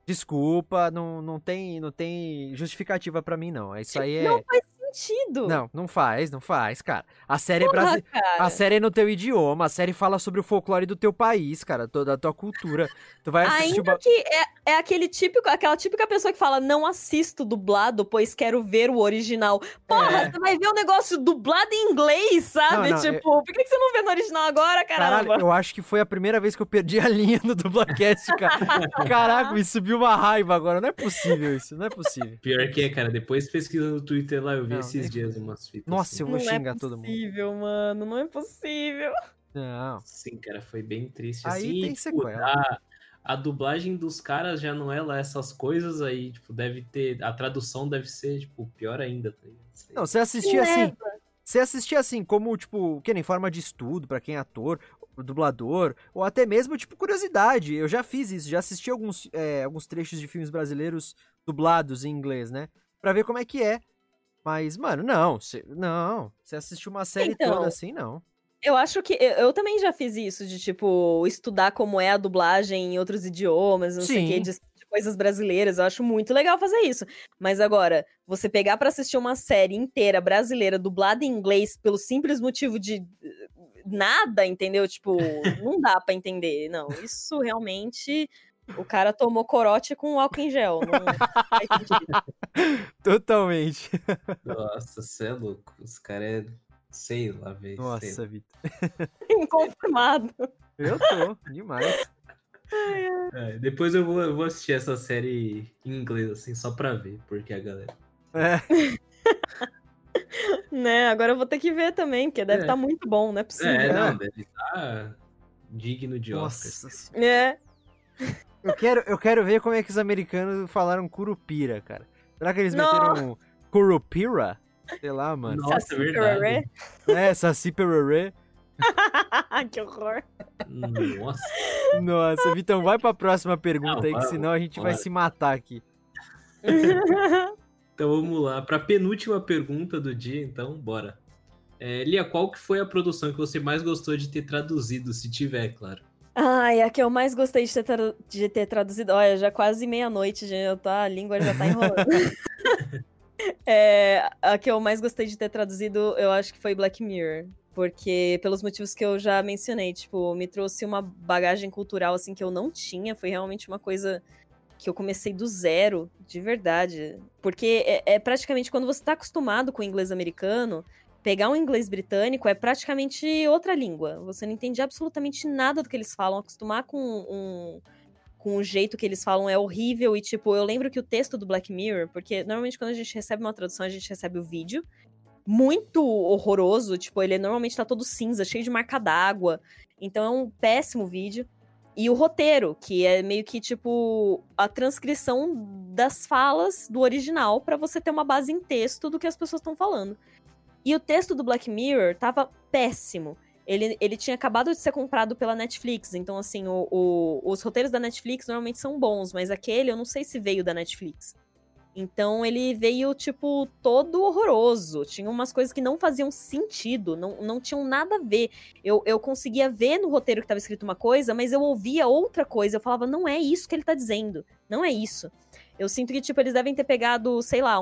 Desculpa, não tem justificativa pra mim, não. Isso aí Não é... faz sentido. Não faz, cara. A série Porra, A cara. série é no teu idioma, a série fala sobre o folclore do teu país, cara, da tua cultura. Tu vai assistir Ainda que é aquela típica pessoa que fala, não assisto dublado, pois quero ver o original. Porra, você vai ver o negócio dublado em inglês, sabe? Não, Tipo, por que você não vê no original agora, caramba? Caralho, eu acho que foi a primeira vez que eu perdi a linha no Dublacast, cara. Caraca, me subiu uma raiva agora. Não é possível isso, não é possível. Pior que é, cara. Depois pesquisa no Twitter lá, eu vi Não, esses nem dias fudendo. umas fitas. Nossa, assim. eu vou Não xingar é todo mundo. possível, mano, não é possível. Não. Sim, cara, foi bem triste. Aí assim, tem e, tipo, sequela. a dublagem dos caras já não é lá essas coisas aí, tipo, deve ter. A tradução deve ser, tipo, pior ainda, tá ligado? Sei. Não, você assistia assim. Você assistia assim, como, tipo, que nem forma de estudo pra quem é ator, dublador, ou até mesmo, tipo, curiosidade. Eu já fiz isso, já assisti alguns trechos de filmes brasileiros dublados em inglês, né? Pra ver como é que é. Mas, mano, não. Você assistiu uma série Então, toda assim, não. Eu acho que eu também já fiz isso, de, tipo, estudar como é a dublagem em outros idiomas, não sei o quê, de coisas brasileiras. Eu acho muito legal fazer isso. Mas agora, você pegar pra assistir uma série inteira brasileira dublada em inglês pelo simples motivo de nada, entendeu? Tipo, não dá pra entender. Não, isso realmente... O cara tomou corote com álcool em gel. Não faz sentido. Totalmente. Nossa, você é louco. Os caras é. Sei lá, velho. Nossa, Vitor. Inconformado. Eu tô, demais. É, depois eu vou assistir essa série em inglês, assim, só pra ver, porque a galera. É. Né, agora eu vou ter que ver também, porque deve estar muito bom, não é possível. Não, deve estar digno de Oscar. Nossa. É. Eu quero ver como é que os americanos falaram curupira, cara. Será que eles meteram curupira? Sei lá, mano. Nossa, Saci é verdade. Pererê? Saci pererê. Que horror. Nossa. Nossa, Vitão, vai pra próxima pergunta aí, que senão a gente vai bora. se matar aqui. Então vamos lá, pra penúltima pergunta do dia, então, bora. Lia, qual que foi a produção que você mais gostou de ter traduzido, se tiver, claro? Ai, a que eu mais gostei de ter traduzido. Olha, já quase meia-noite, a língua já tá enrolando. A que eu mais gostei de ter traduzido, eu acho que foi Black Mirror. Porque, pelos motivos que eu já mencionei, tipo, me trouxe uma bagagem cultural, assim, que eu não tinha. Foi realmente uma coisa que eu comecei do zero, de verdade. Porque é praticamente, quando você tá acostumado com o inglês americano, pegar um inglês britânico é praticamente outra língua. Você não entende absolutamente nada do que eles falam. Acostumar com o jeito que eles falam é horrível. E, tipo, eu lembro que o texto do Black Mirror... Porque, normalmente, quando a gente recebe uma tradução, a gente recebe o vídeo. Muito horroroso. Tipo, ele normalmente tá todo cinza, cheio de marca d'água. Então, é um péssimo vídeo. E o roteiro, que é meio que, tipo, a transcrição das falas do original pra você ter uma base em texto do que as pessoas estão falando. E o texto do Black Mirror tava péssimo. Ele tinha acabado de ser comprado pela Netflix, então, assim, os roteiros da Netflix normalmente são bons, mas aquele eu não sei se veio da Netflix. Então, ele veio, tipo, todo horroroso. Tinha umas coisas que não faziam sentido, não tinham nada a ver. Eu conseguia ver no roteiro que tava escrito uma coisa, mas eu ouvia outra coisa. Eu falava, não é isso que ele tá dizendo. Não é isso. Eu sinto que, tipo, eles devem ter pegado, sei lá,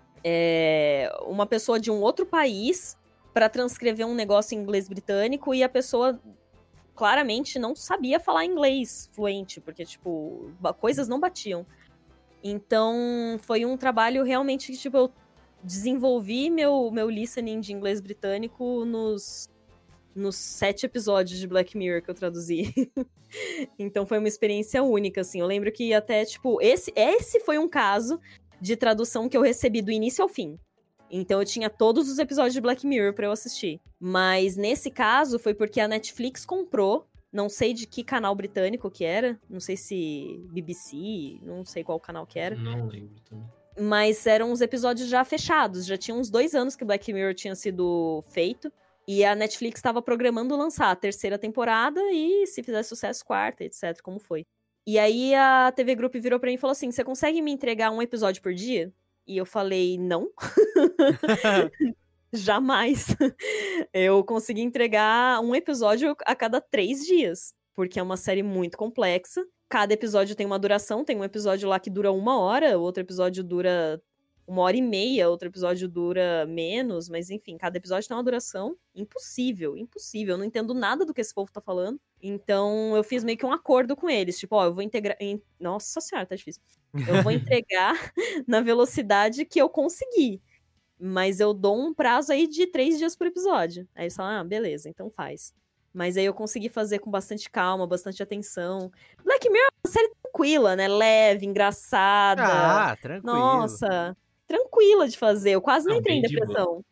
uma pessoa de um outro país pra transcrever um negócio em inglês britânico e a pessoa claramente não sabia falar inglês fluente, porque, tipo, coisas não batiam. Então, foi um trabalho realmente que, tipo, eu desenvolvi meu listening de inglês britânico nos 7 episódios de Black Mirror que eu traduzi. Então, foi uma experiência única, assim. Eu lembro que até, tipo, esse foi um caso de tradução que eu recebi do início ao fim. Então, eu tinha todos os episódios de Black Mirror pra eu assistir. Mas, nesse caso, foi porque a Netflix comprou. Não sei de que canal britânico que era. Não sei se BBC, não sei qual canal que era. Não lembro também. Mas eram os episódios já fechados. Já tinha uns 2 anos que Black Mirror tinha sido feito. E a Netflix estava programando lançar a 3ª temporada e, se fizesse sucesso, 4ª, etc. Como foi. E aí a TV Group virou pra mim e falou assim, você consegue me entregar um episódio por dia? E eu falei, não. Jamais. Eu consegui entregar um episódio a cada 3 dias. Porque é uma série muito complexa. cada episódio tem uma duração, tem um episódio lá que dura 1 hora, outro episódio dura 1h30, outro episódio dura menos, mas enfim, cada episódio tem uma duração impossível, eu não entendo nada do que esse povo tá falando, então eu fiz meio que um acordo com eles, tipo, ó, eu vou integrar, nossa senhora, tá difícil, eu vou entregar na velocidade que eu conseguir, mas eu dou um prazo aí de 3 dias por episódio, aí eles falam, beleza, então faz. Mas aí eu consegui fazer com bastante calma, bastante atenção. Black Mirror é uma série tranquila, né? Leve, engraçada. Ah, tranquilo. Nossa, tranquila de fazer. Eu quase não entrei em depressão.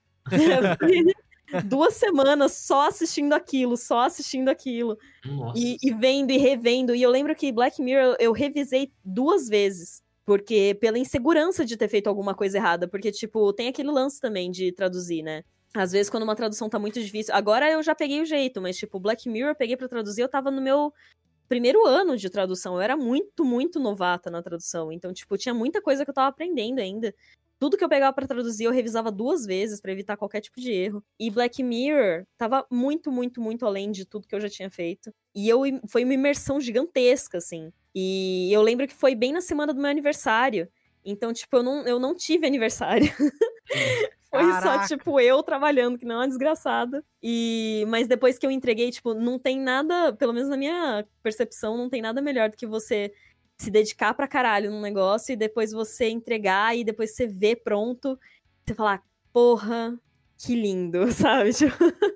2 semanas só assistindo aquilo. Nossa. E vendo e revendo. E eu lembro que Black Mirror eu revisei 2 vezes. Porque pela insegurança de ter feito alguma coisa errada. Porque, tipo, tem aquele lance também de traduzir, né? Às vezes, quando uma tradução tá muito difícil... Agora eu já peguei o jeito, mas, tipo, Black Mirror eu peguei pra traduzir, eu tava no meu primeiro ano de tradução. Eu era muito, muito novata na tradução. Então, tipo, tinha muita coisa que eu tava aprendendo ainda. Tudo que eu pegava pra traduzir, eu revisava 2 vezes pra evitar qualquer tipo de erro. E Black Mirror tava muito, muito, muito além de tudo que eu já tinha feito. E foi uma imersão gigantesca, assim. E eu lembro que foi bem na semana do meu aniversário. Então, tipo, eu não tive aniversário. Foi Caraca. só, tipo, eu trabalhando, que não é uma desgraçada. Mas depois que eu entreguei, tipo, não tem nada, pelo menos na minha percepção, não tem nada melhor do que você se dedicar pra caralho num negócio e depois você entregar e depois você ver pronto, você falar, porra, que lindo, sabe? Tipo,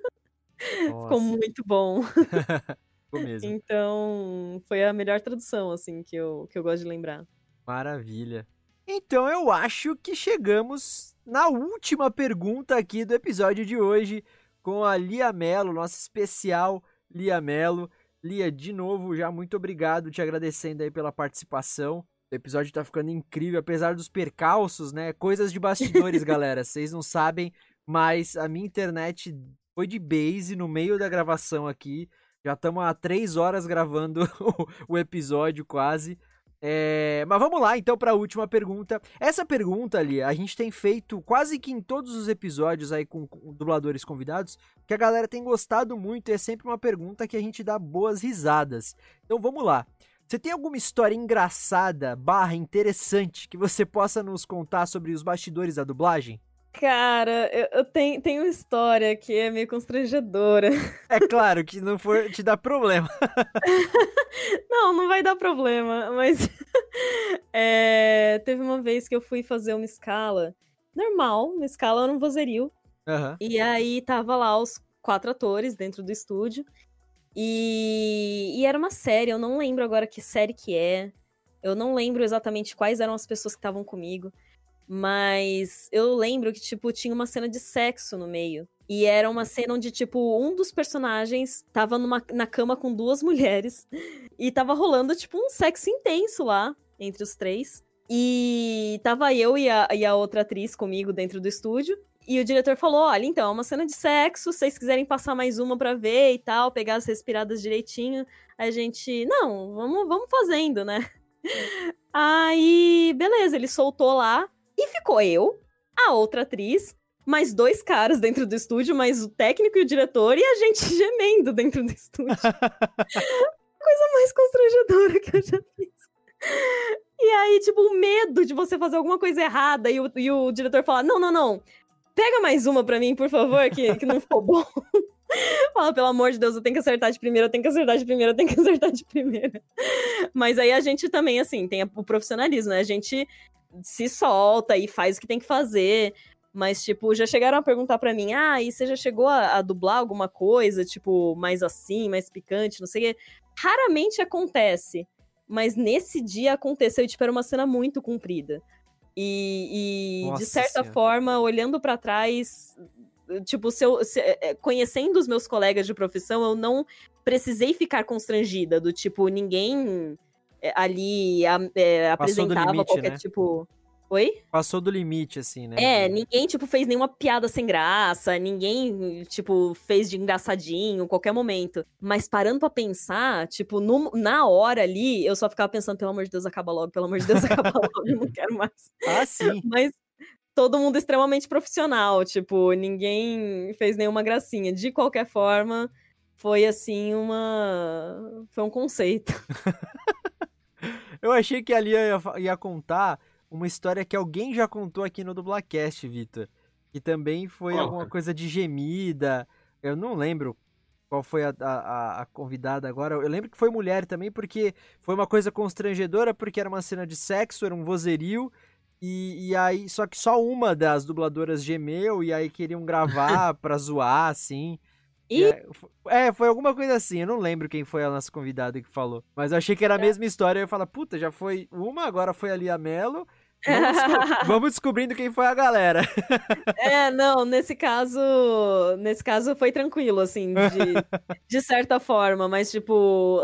ficou muito bom. Ficou mesmo. Então, foi a melhor tradução, assim, que eu gosto de lembrar. Maravilha. Então eu acho que chegamos na última pergunta aqui do episódio de hoje com a Lia Mello, nossa especial Lia Mello. Lia, de novo, já muito obrigado, te agradecendo aí pela participação. O episódio tá ficando incrível, apesar dos percalços, né? Coisas de bastidores, galera. Vocês não sabem, mas a minha internet foi de base no meio da gravação aqui. Já estamos há 3 horas gravando o episódio quase. Mas vamos lá, então, para a última pergunta. Essa pergunta ali, a gente tem feito quase que em todos os episódios aí com dubladores convidados, que a galera tem gostado muito e é sempre uma pergunta que a gente dá boas risadas. Então vamos lá. Você tem alguma história engraçada, interessante, que você possa nos contar sobre os bastidores da dublagem? Cara, eu tenho uma história que é meio constrangedora. É claro que não for te dar problema. Não vai dar problema, mas teve uma vez que eu fui fazer uma escala normal, uma escala no vozerio. Uhum. E aí tava lá os 4 atores dentro do estúdio. E era uma série, eu não lembro agora que série que é. Eu não lembro exatamente quais eram as pessoas que estavam comigo. Mas eu lembro que, tipo, tinha uma cena de sexo no meio. E era uma cena onde, tipo, um dos personagens tava na cama com 2 mulheres. E tava rolando, tipo, um sexo intenso lá, entre os 3. E tava eu e a outra atriz comigo dentro do estúdio. E o diretor falou, olha, então, é uma cena de sexo, se vocês quiserem passar mais uma pra ver e tal, pegar as respiradas direitinho. A gente, não, vamos fazendo, né? Aí, beleza, ele soltou lá. E ficou eu, a outra atriz, mais 2 caras dentro do estúdio, mais o técnico e o diretor, e a gente gemendo dentro do estúdio. Coisa mais constrangedora que eu já fiz. E aí, tipo, o medo de você fazer alguma coisa errada e o diretor falar, não, pega mais uma pra mim, por favor, que não ficou bom. Fala, pelo amor de Deus, eu tenho que acertar de primeira, Mas aí a gente também, assim, tem o profissionalismo, né? A gente se solta e faz o que tem que fazer. Mas, tipo, já chegaram a perguntar pra mim, e você já chegou a dublar alguma coisa, tipo, mais assim, mais picante, não sei o quê. Raramente acontece. Mas nesse dia aconteceu, tipo, era uma cena muito comprida. E de certa forma, olhando pra trás, tipo, conhecendo os meus colegas de profissão, eu não precisei ficar constrangida, do tipo, ninguém ali apresentava limite, qualquer né? tipo... Oi? Passou do limite, assim, né? Ninguém, tipo, fez nenhuma piada sem graça, ninguém, tipo, fez de engraçadinho, qualquer momento. Mas parando pra pensar, tipo, na hora ali, eu só ficava pensando, pelo amor de Deus, acaba logo, eu não quero mais. Sim. Mas todo mundo extremamente profissional, tipo, ninguém fez nenhuma gracinha. De qualquer forma, foi assim foi um conceito. Eu achei que a Lia ia contar uma história que alguém já contou aqui no Dublacast, Vitor. Que também foi alguma coisa de gemida. Eu não lembro qual foi a convidada agora. Eu lembro que foi mulher também, porque foi uma coisa constrangedora, porque era uma cena de sexo, era um vozerio. E aí, só que só uma das dubladoras gemeu, e aí queriam gravar pra zoar, assim. Foi alguma coisa assim, eu não lembro quem foi a nossa convidada que falou. Mas eu achei que era a mesma história, eu ia falar, puta, já foi uma, agora foi a Lia Mello. Vamos descobrindo quem foi a galera. Não, nesse caso foi tranquilo, assim, de certa forma, mas tipo,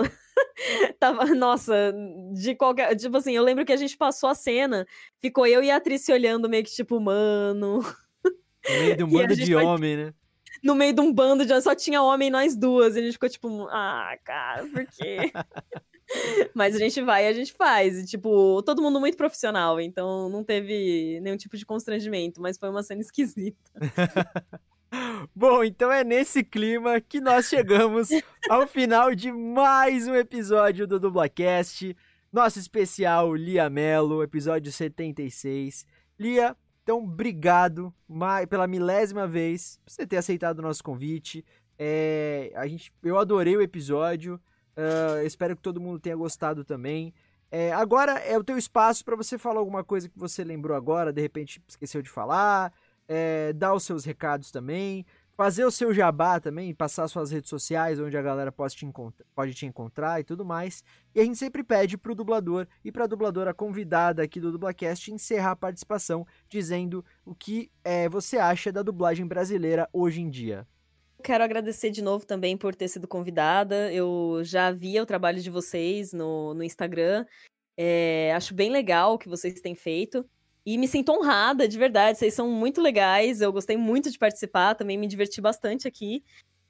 nossa, de qualquer, tipo assim, eu lembro que a gente passou a cena, ficou eu e a atriz se olhando meio que tipo, mano. No meio de um bando de homem, né? No meio de um bando de só tinha homem nós duas, e a gente ficou tipo, cara, por quê? Mas a gente vai e a gente faz. E, tipo, todo mundo muito profissional, então não teve nenhum tipo de constrangimento, mas foi uma cena esquisita. Bom, então é nesse clima que nós chegamos ao final de mais um episódio do Dublacast, nosso especial Lia Mello, episódio 76. Lia, então obrigado pela milésima vez por você ter aceitado o nosso convite. Eu adorei o episódio. Espero que todo mundo tenha gostado também. Agora é o teu espaço para você falar alguma coisa que você lembrou agora, de repente esqueceu de falar, dar os seus recados também, fazer o seu jabá também, passar suas redes sociais, onde a galera pode te encontrar e tudo mais. E a gente sempre pede pro dublador e pra dubladora convidada aqui do Dublacast encerrar a participação dizendo o que você acha da dublagem brasileira hoje em dia. Quero agradecer de novo também por ter sido convidada. Eu já via o trabalho de vocês no Instagram. Acho bem legal o que vocês têm feito. E me sinto honrada, de verdade. Vocês são muito legais. Eu gostei muito de participar. Também me diverti bastante aqui.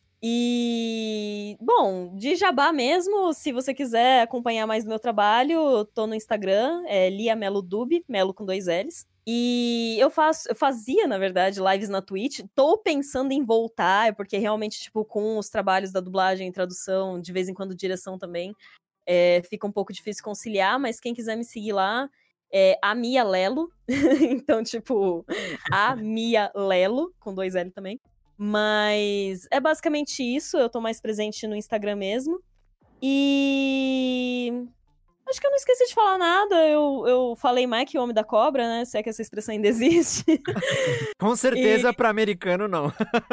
E, bom, de jabá mesmo, se você quiser acompanhar mais do meu trabalho, tô no Instagram, Lia Mello Dub, Melo com 2 L's. E eu fazia, na verdade, lives na Twitch. Tô pensando em voltar, porque realmente, tipo, com os trabalhos da dublagem, tradução, de vez em quando direção também, fica um pouco difícil conciliar, mas quem quiser me seguir lá, a Mia Lelo. Então, tipo, a Mia Lelo, com 2 L também. Mas é basicamente isso, eu tô mais presente no Instagram mesmo. E acho que eu não esqueci de falar nada, eu falei mais que o Homem da Cobra, né? Se é que essa expressão ainda existe. Com certeza, pra americano, não.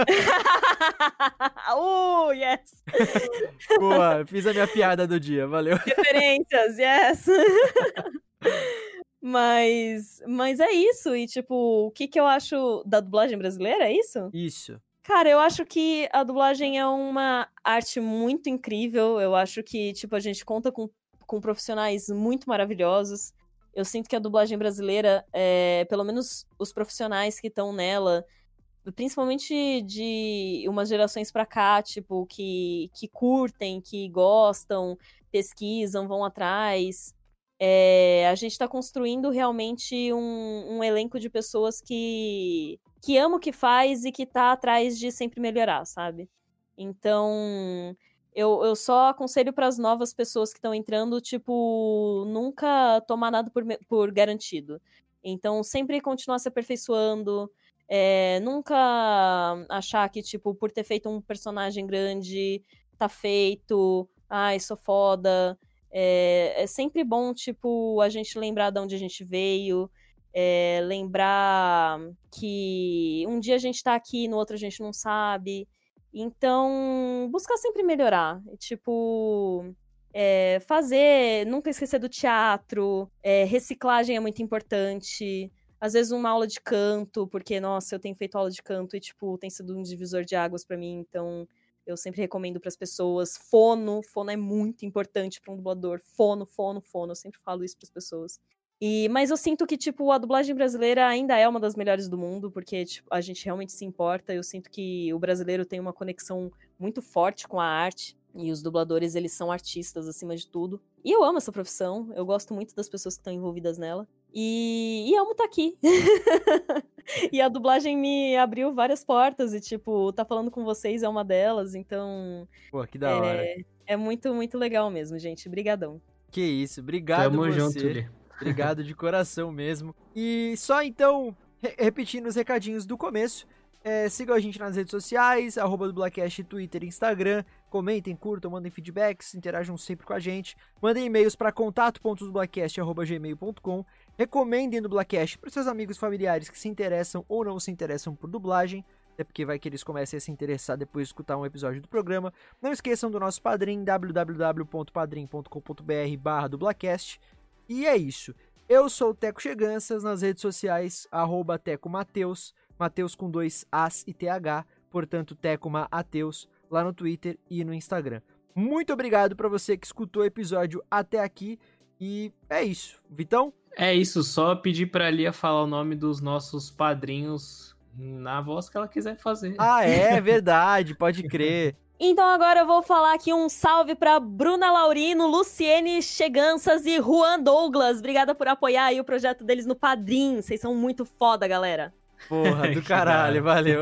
Yes! Boa, fiz a minha piada do dia, valeu. Referências, yes! Mas é isso, e tipo, o que eu acho da dublagem brasileira, é isso? Isso. Cara, eu acho que a dublagem é uma arte muito incrível, eu acho que, tipo, a gente conta com profissionais muito maravilhosos. Eu sinto que a dublagem brasileira, pelo menos os profissionais que estão nela, principalmente de umas gerações pra cá, tipo, que curtem, que gostam, pesquisam, vão atrás. A gente tá construindo realmente um elenco de pessoas que ama o que faz e que tá atrás de sempre melhorar, sabe? Então, eu só aconselho para as novas pessoas que estão entrando, tipo, nunca tomar nada por garantido. Então, sempre continuar se aperfeiçoando, nunca achar que, tipo, por ter feito um personagem grande, tá feito, ai, sou foda. É sempre bom, tipo, a gente lembrar de onde a gente veio, lembrar que um dia a gente tá aqui, no outro a gente não sabe. Então, buscar sempre melhorar. Tipo, nunca esquecer do teatro, reciclagem é muito importante. Às vezes uma aula de canto, porque, nossa, eu tenho feito aula de canto e, tipo, tem sido um divisor de águas pra mim, então eu sempre recomendo para as pessoas. Fono é muito importante para um dublador. Fono, eu sempre falo isso para as pessoas. Mas eu sinto que, tipo, a dublagem brasileira ainda é uma das melhores do mundo, porque tipo, a gente realmente se importa. Eu sinto que o brasileiro tem uma conexão muito forte com a arte. E os dubladores, eles são artistas, acima de tudo. E eu amo essa profissão. Eu gosto muito das pessoas que estão envolvidas nela. E amo estar aqui. E a dublagem me abriu várias portas. E, tipo, tá falando com vocês é uma delas. Então... Pô, que da hora. É muito, muito legal mesmo, gente. Brigadão. que isso. Obrigado Tamo você. junto, Lia. Obrigado de coração mesmo. E só então, repetindo os recadinhos do começo, sigam a gente nas redes sociais, @dublacast, Twitter e Instagram. Comentem, curtam, mandem feedbacks, interajam sempre com a gente. Mandem e-mails para contato.dublacast@gmail.com. Recomendem o Dublacast para seus amigos e familiares que se interessam ou não se interessam por dublagem, até porque vai que eles comecem a se interessar depois de escutar um episódio do programa. Não esqueçam do nosso Padrim, www.padrim.com.br/dublacast. E é isso. Eu sou o Teco Cheganças, nas redes sociais, @TecoMateus, Mateus com 2 As e TH, portanto Teco Mateus, lá no Twitter e no Instagram. Muito obrigado para você que escutou o episódio até aqui, e é isso. Vitão? É isso, só pedir pra Lia falar o nome dos nossos padrinhos na voz que ela quiser fazer. Ah, é verdade, pode crer. Então agora eu vou falar aqui um salve pra Bruna Laurino, Luciene Cheganças e Juan Douglas. Obrigada por apoiar aí o projeto deles no Padrim. Vocês são muito foda, galera. Porra, do Que caralho, valeu.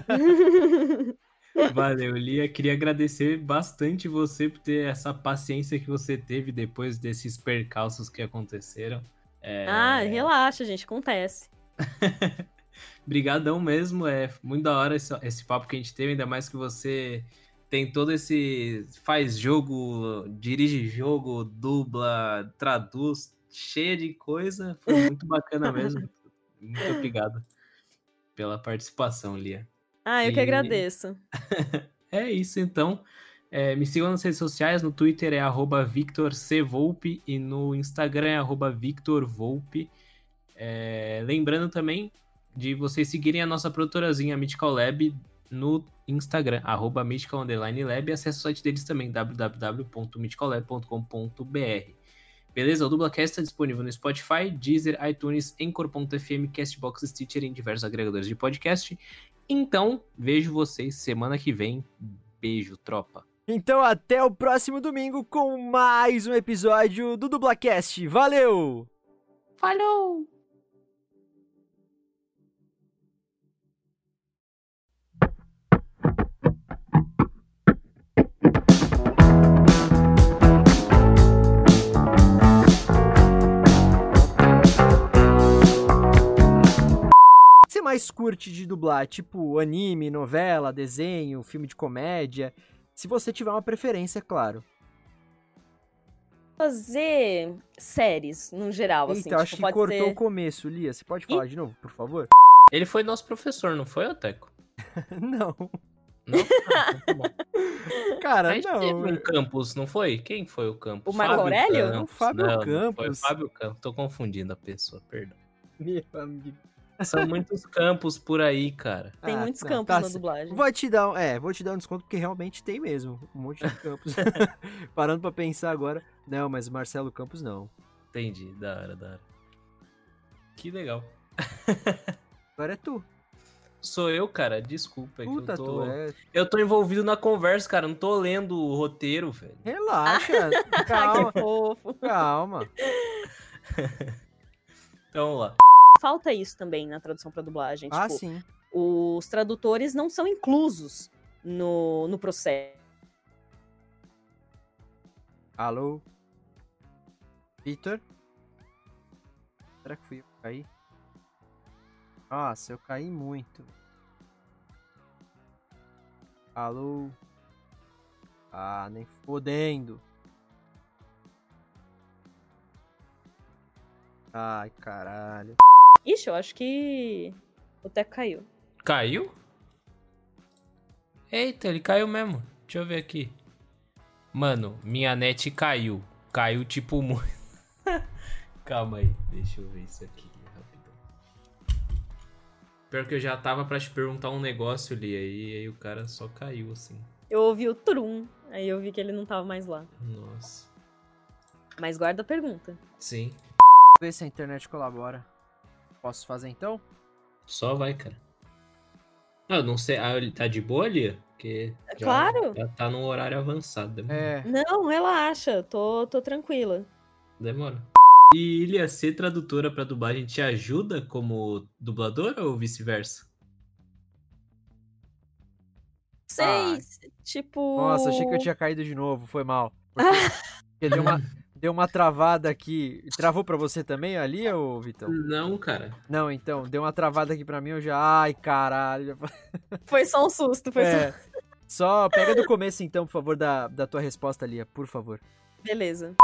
Valeu, Lia. Queria agradecer bastante você por ter essa paciência que você teve depois desses percalços que aconteceram. Ah, relaxa, gente, acontece. Brigadão mesmo, é muito da hora esse papo que a gente teve, ainda mais que você tem todo esse... faz jogo, dirige jogo, dubla, traduz, cheia de coisa. Foi muito bacana mesmo. Muito obrigado pela participação, Lia. Ah, eu que agradeço. É isso, então. Me sigam nas redes sociais, no Twitter é @VictorCVolpe e no Instagram é @VictorVolpe. Lembrando também de vocês seguirem a nossa produtorazinha Mythical Lab no Instagram, @Mythical_Lab, e acesse o site deles também, www.mythicallab.com.br. Beleza? O Dublacast está disponível no Spotify, Deezer, iTunes, Anchor.fm, Castbox, Stitcher e em diversos agregadores de podcast. Então, vejo vocês semana que vem. Beijo, tropa. Então até o próximo domingo com mais um episódio do Dublacast. Valeu! Falou! Você mais curte de dublar, tipo anime, novela, desenho, filme de comédia? Se você tiver uma preferência, é claro. Fazer séries, no geral, assim. Eita, acho que pode cortou ser... o começo, Lia. Você pode falar de novo, por favor? Ele foi nosso professor, não foi, Oteco? Não. Não? Ah, tá bom. Cara, A gente não. teve um campus, não foi? Quem foi o campus? O Marco Aurélio? Não, Fábio Não, Campos. Não foi Fábio Campos. Tô confundindo a pessoa, perdão. Meu amigo. São muitos campos por aí, cara. Tem muitos não, campos tá na certo. dublagem. Vou te dar um desconto, porque realmente tem mesmo. Um monte de campos. Parando pra pensar agora. Não, mas Marcelo Campos não. Entendi, da hora. Que legal. Agora é tu. Sou eu, cara, desculpa. É Puta, que eu tô... tu Eu tô envolvido na conversa, cara. Não tô lendo o roteiro, velho. Relaxa. Ah, Calma. que fofo. Calma. Então, vamos lá. Falta isso também na tradução pra dublagem. Ah, tipo, sim. os tradutores não são inclusos no processo. Alô? Vitor? Será que fui eu que caí? Nossa, eu caí muito. Alô? Ah, nem fodendo. Ai, caralho. Ixi, eu acho que o Teco caiu. Caiu? Eita, ele caiu mesmo. Deixa eu ver aqui. Mano, minha net caiu. Caiu tipo muito. Calma aí, deixa eu ver isso aqui rapidão. Pior que eu já tava pra te perguntar um negócio ali, aí o cara só caiu assim. Eu ouvi o trum, aí eu vi que ele não tava mais lá. Nossa. Mas guarda a pergunta. Sim, Ver se a internet colabora. Posso fazer então? só vai, cara. Eu não sei, ele tá de boa ali? Porque já, Claro. já tá num horário avançado. Não, relaxa, tô tranquila. Demora. E Ilia, ser tradutora pra dublagem te ajuda como dubladora ou vice-versa? Sei, tipo... Nossa, achei que eu tinha caído de novo, foi mal. Porque Deu uma travada aqui. Travou pra você também ali, ô Vitão? Não, cara. Não, então, deu uma travada aqui pra mim, eu já... Ai, caralho. Foi só um susto, foi É, só pega do começo então, por favor, da tua resposta, Lia, por favor. Beleza.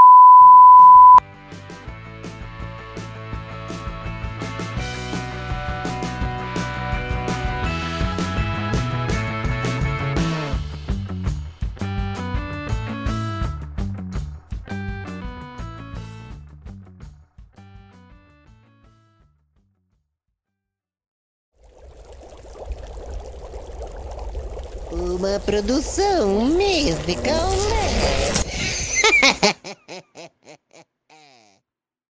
Uma produção musical.